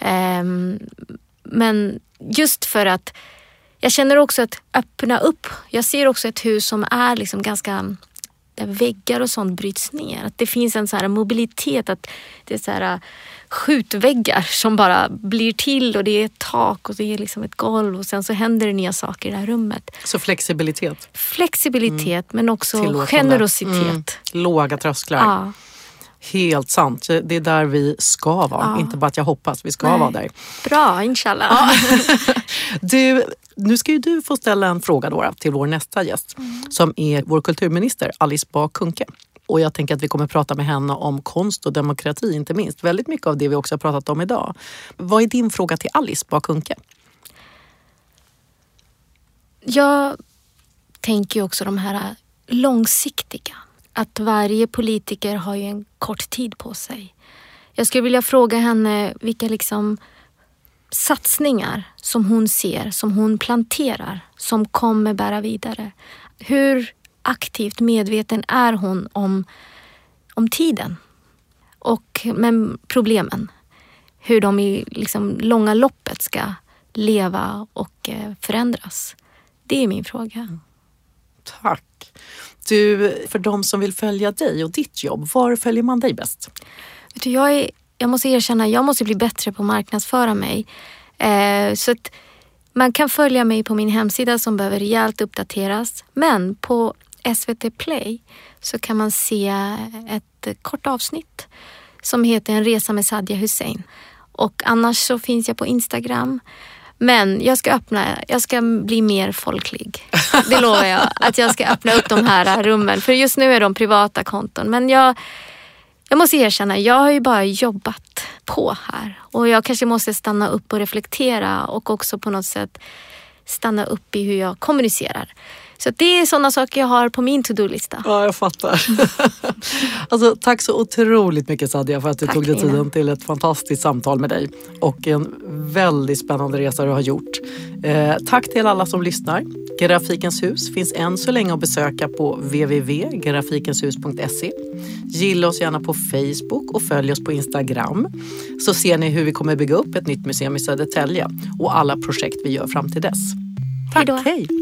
Men just för att jag känner också att öppna upp. Jag ser också ett hus som är liksom ganska där väggar och sånt bryts ner. Att det finns en så här mobilitet, att det är så här skjutväggar som bara blir till och det är ett tak och det är liksom ett golv och sen så händer det nya saker i det här rummet. Så flexibilitet? Flexibilitet men också generositet. Låga trösklar. Ja. Helt sant. Det är där vi ska vara. Ja. Inte bara att jag hoppas, vi ska vara där. Bra, inshallah. Ja. Nu ska ju du få ställa en fråga då till vår nästa gäst som är vår kulturminister Alice Bah Kuhnke. Och jag tänker att vi kommer prata med henne om konst och demokrati inte minst. Väldigt mycket av det vi också har pratat om idag. Vad är din fråga till Alice Bah Kuhnke? Jag tänker ju också de här långsiktiga. Att varje politiker har ju en kort tid på sig. Jag skulle vilja fråga henne vilka liksom satsningar som hon ser, som hon planterar, som kommer bära vidare. Hur aktivt medveten är hon om tiden och med problemen? Hur de i liksom långa loppet ska leva och förändras. Det är min fråga. Tack. Du, för de som vill följa dig och ditt jobb, var följer man dig bäst? Vet du, jag måste erkänna, jag måste bli bättre på att marknadsföra mig. Så att man kan följa mig på min hemsida som behöver rejält uppdateras. Men på SVT Play så kan man se ett kort avsnitt som heter En resa med Sadia Hussein. Och annars så finns jag på Instagram. Men jag ska bli mer folklig. Det lovar jag. Att jag ska öppna upp de här rummen. För just nu är de privata konton. Men jag måste erkänna, jag har ju bara jobbat på här. Och jag kanske måste stanna upp och reflektera. Och också på något sätt stanna upp i hur jag kommunicerar. Så det är sådana saker jag har på min to-do-lista. Ja, jag fattar. Alltså, tack så otroligt mycket Sadia för att du tog dig tiden till ett fantastiskt samtal med dig. Och en väldigt spännande resa du har gjort. Tack till alla som lyssnar. Grafikens hus finns än så länge att besöka på www.grafikenshus.se. Gilla oss gärna på Facebook och följ oss på Instagram. Så ser ni hur vi kommer bygga upp ett nytt museum i Södertälje och alla projekt vi gör fram till dess. Tack, hej!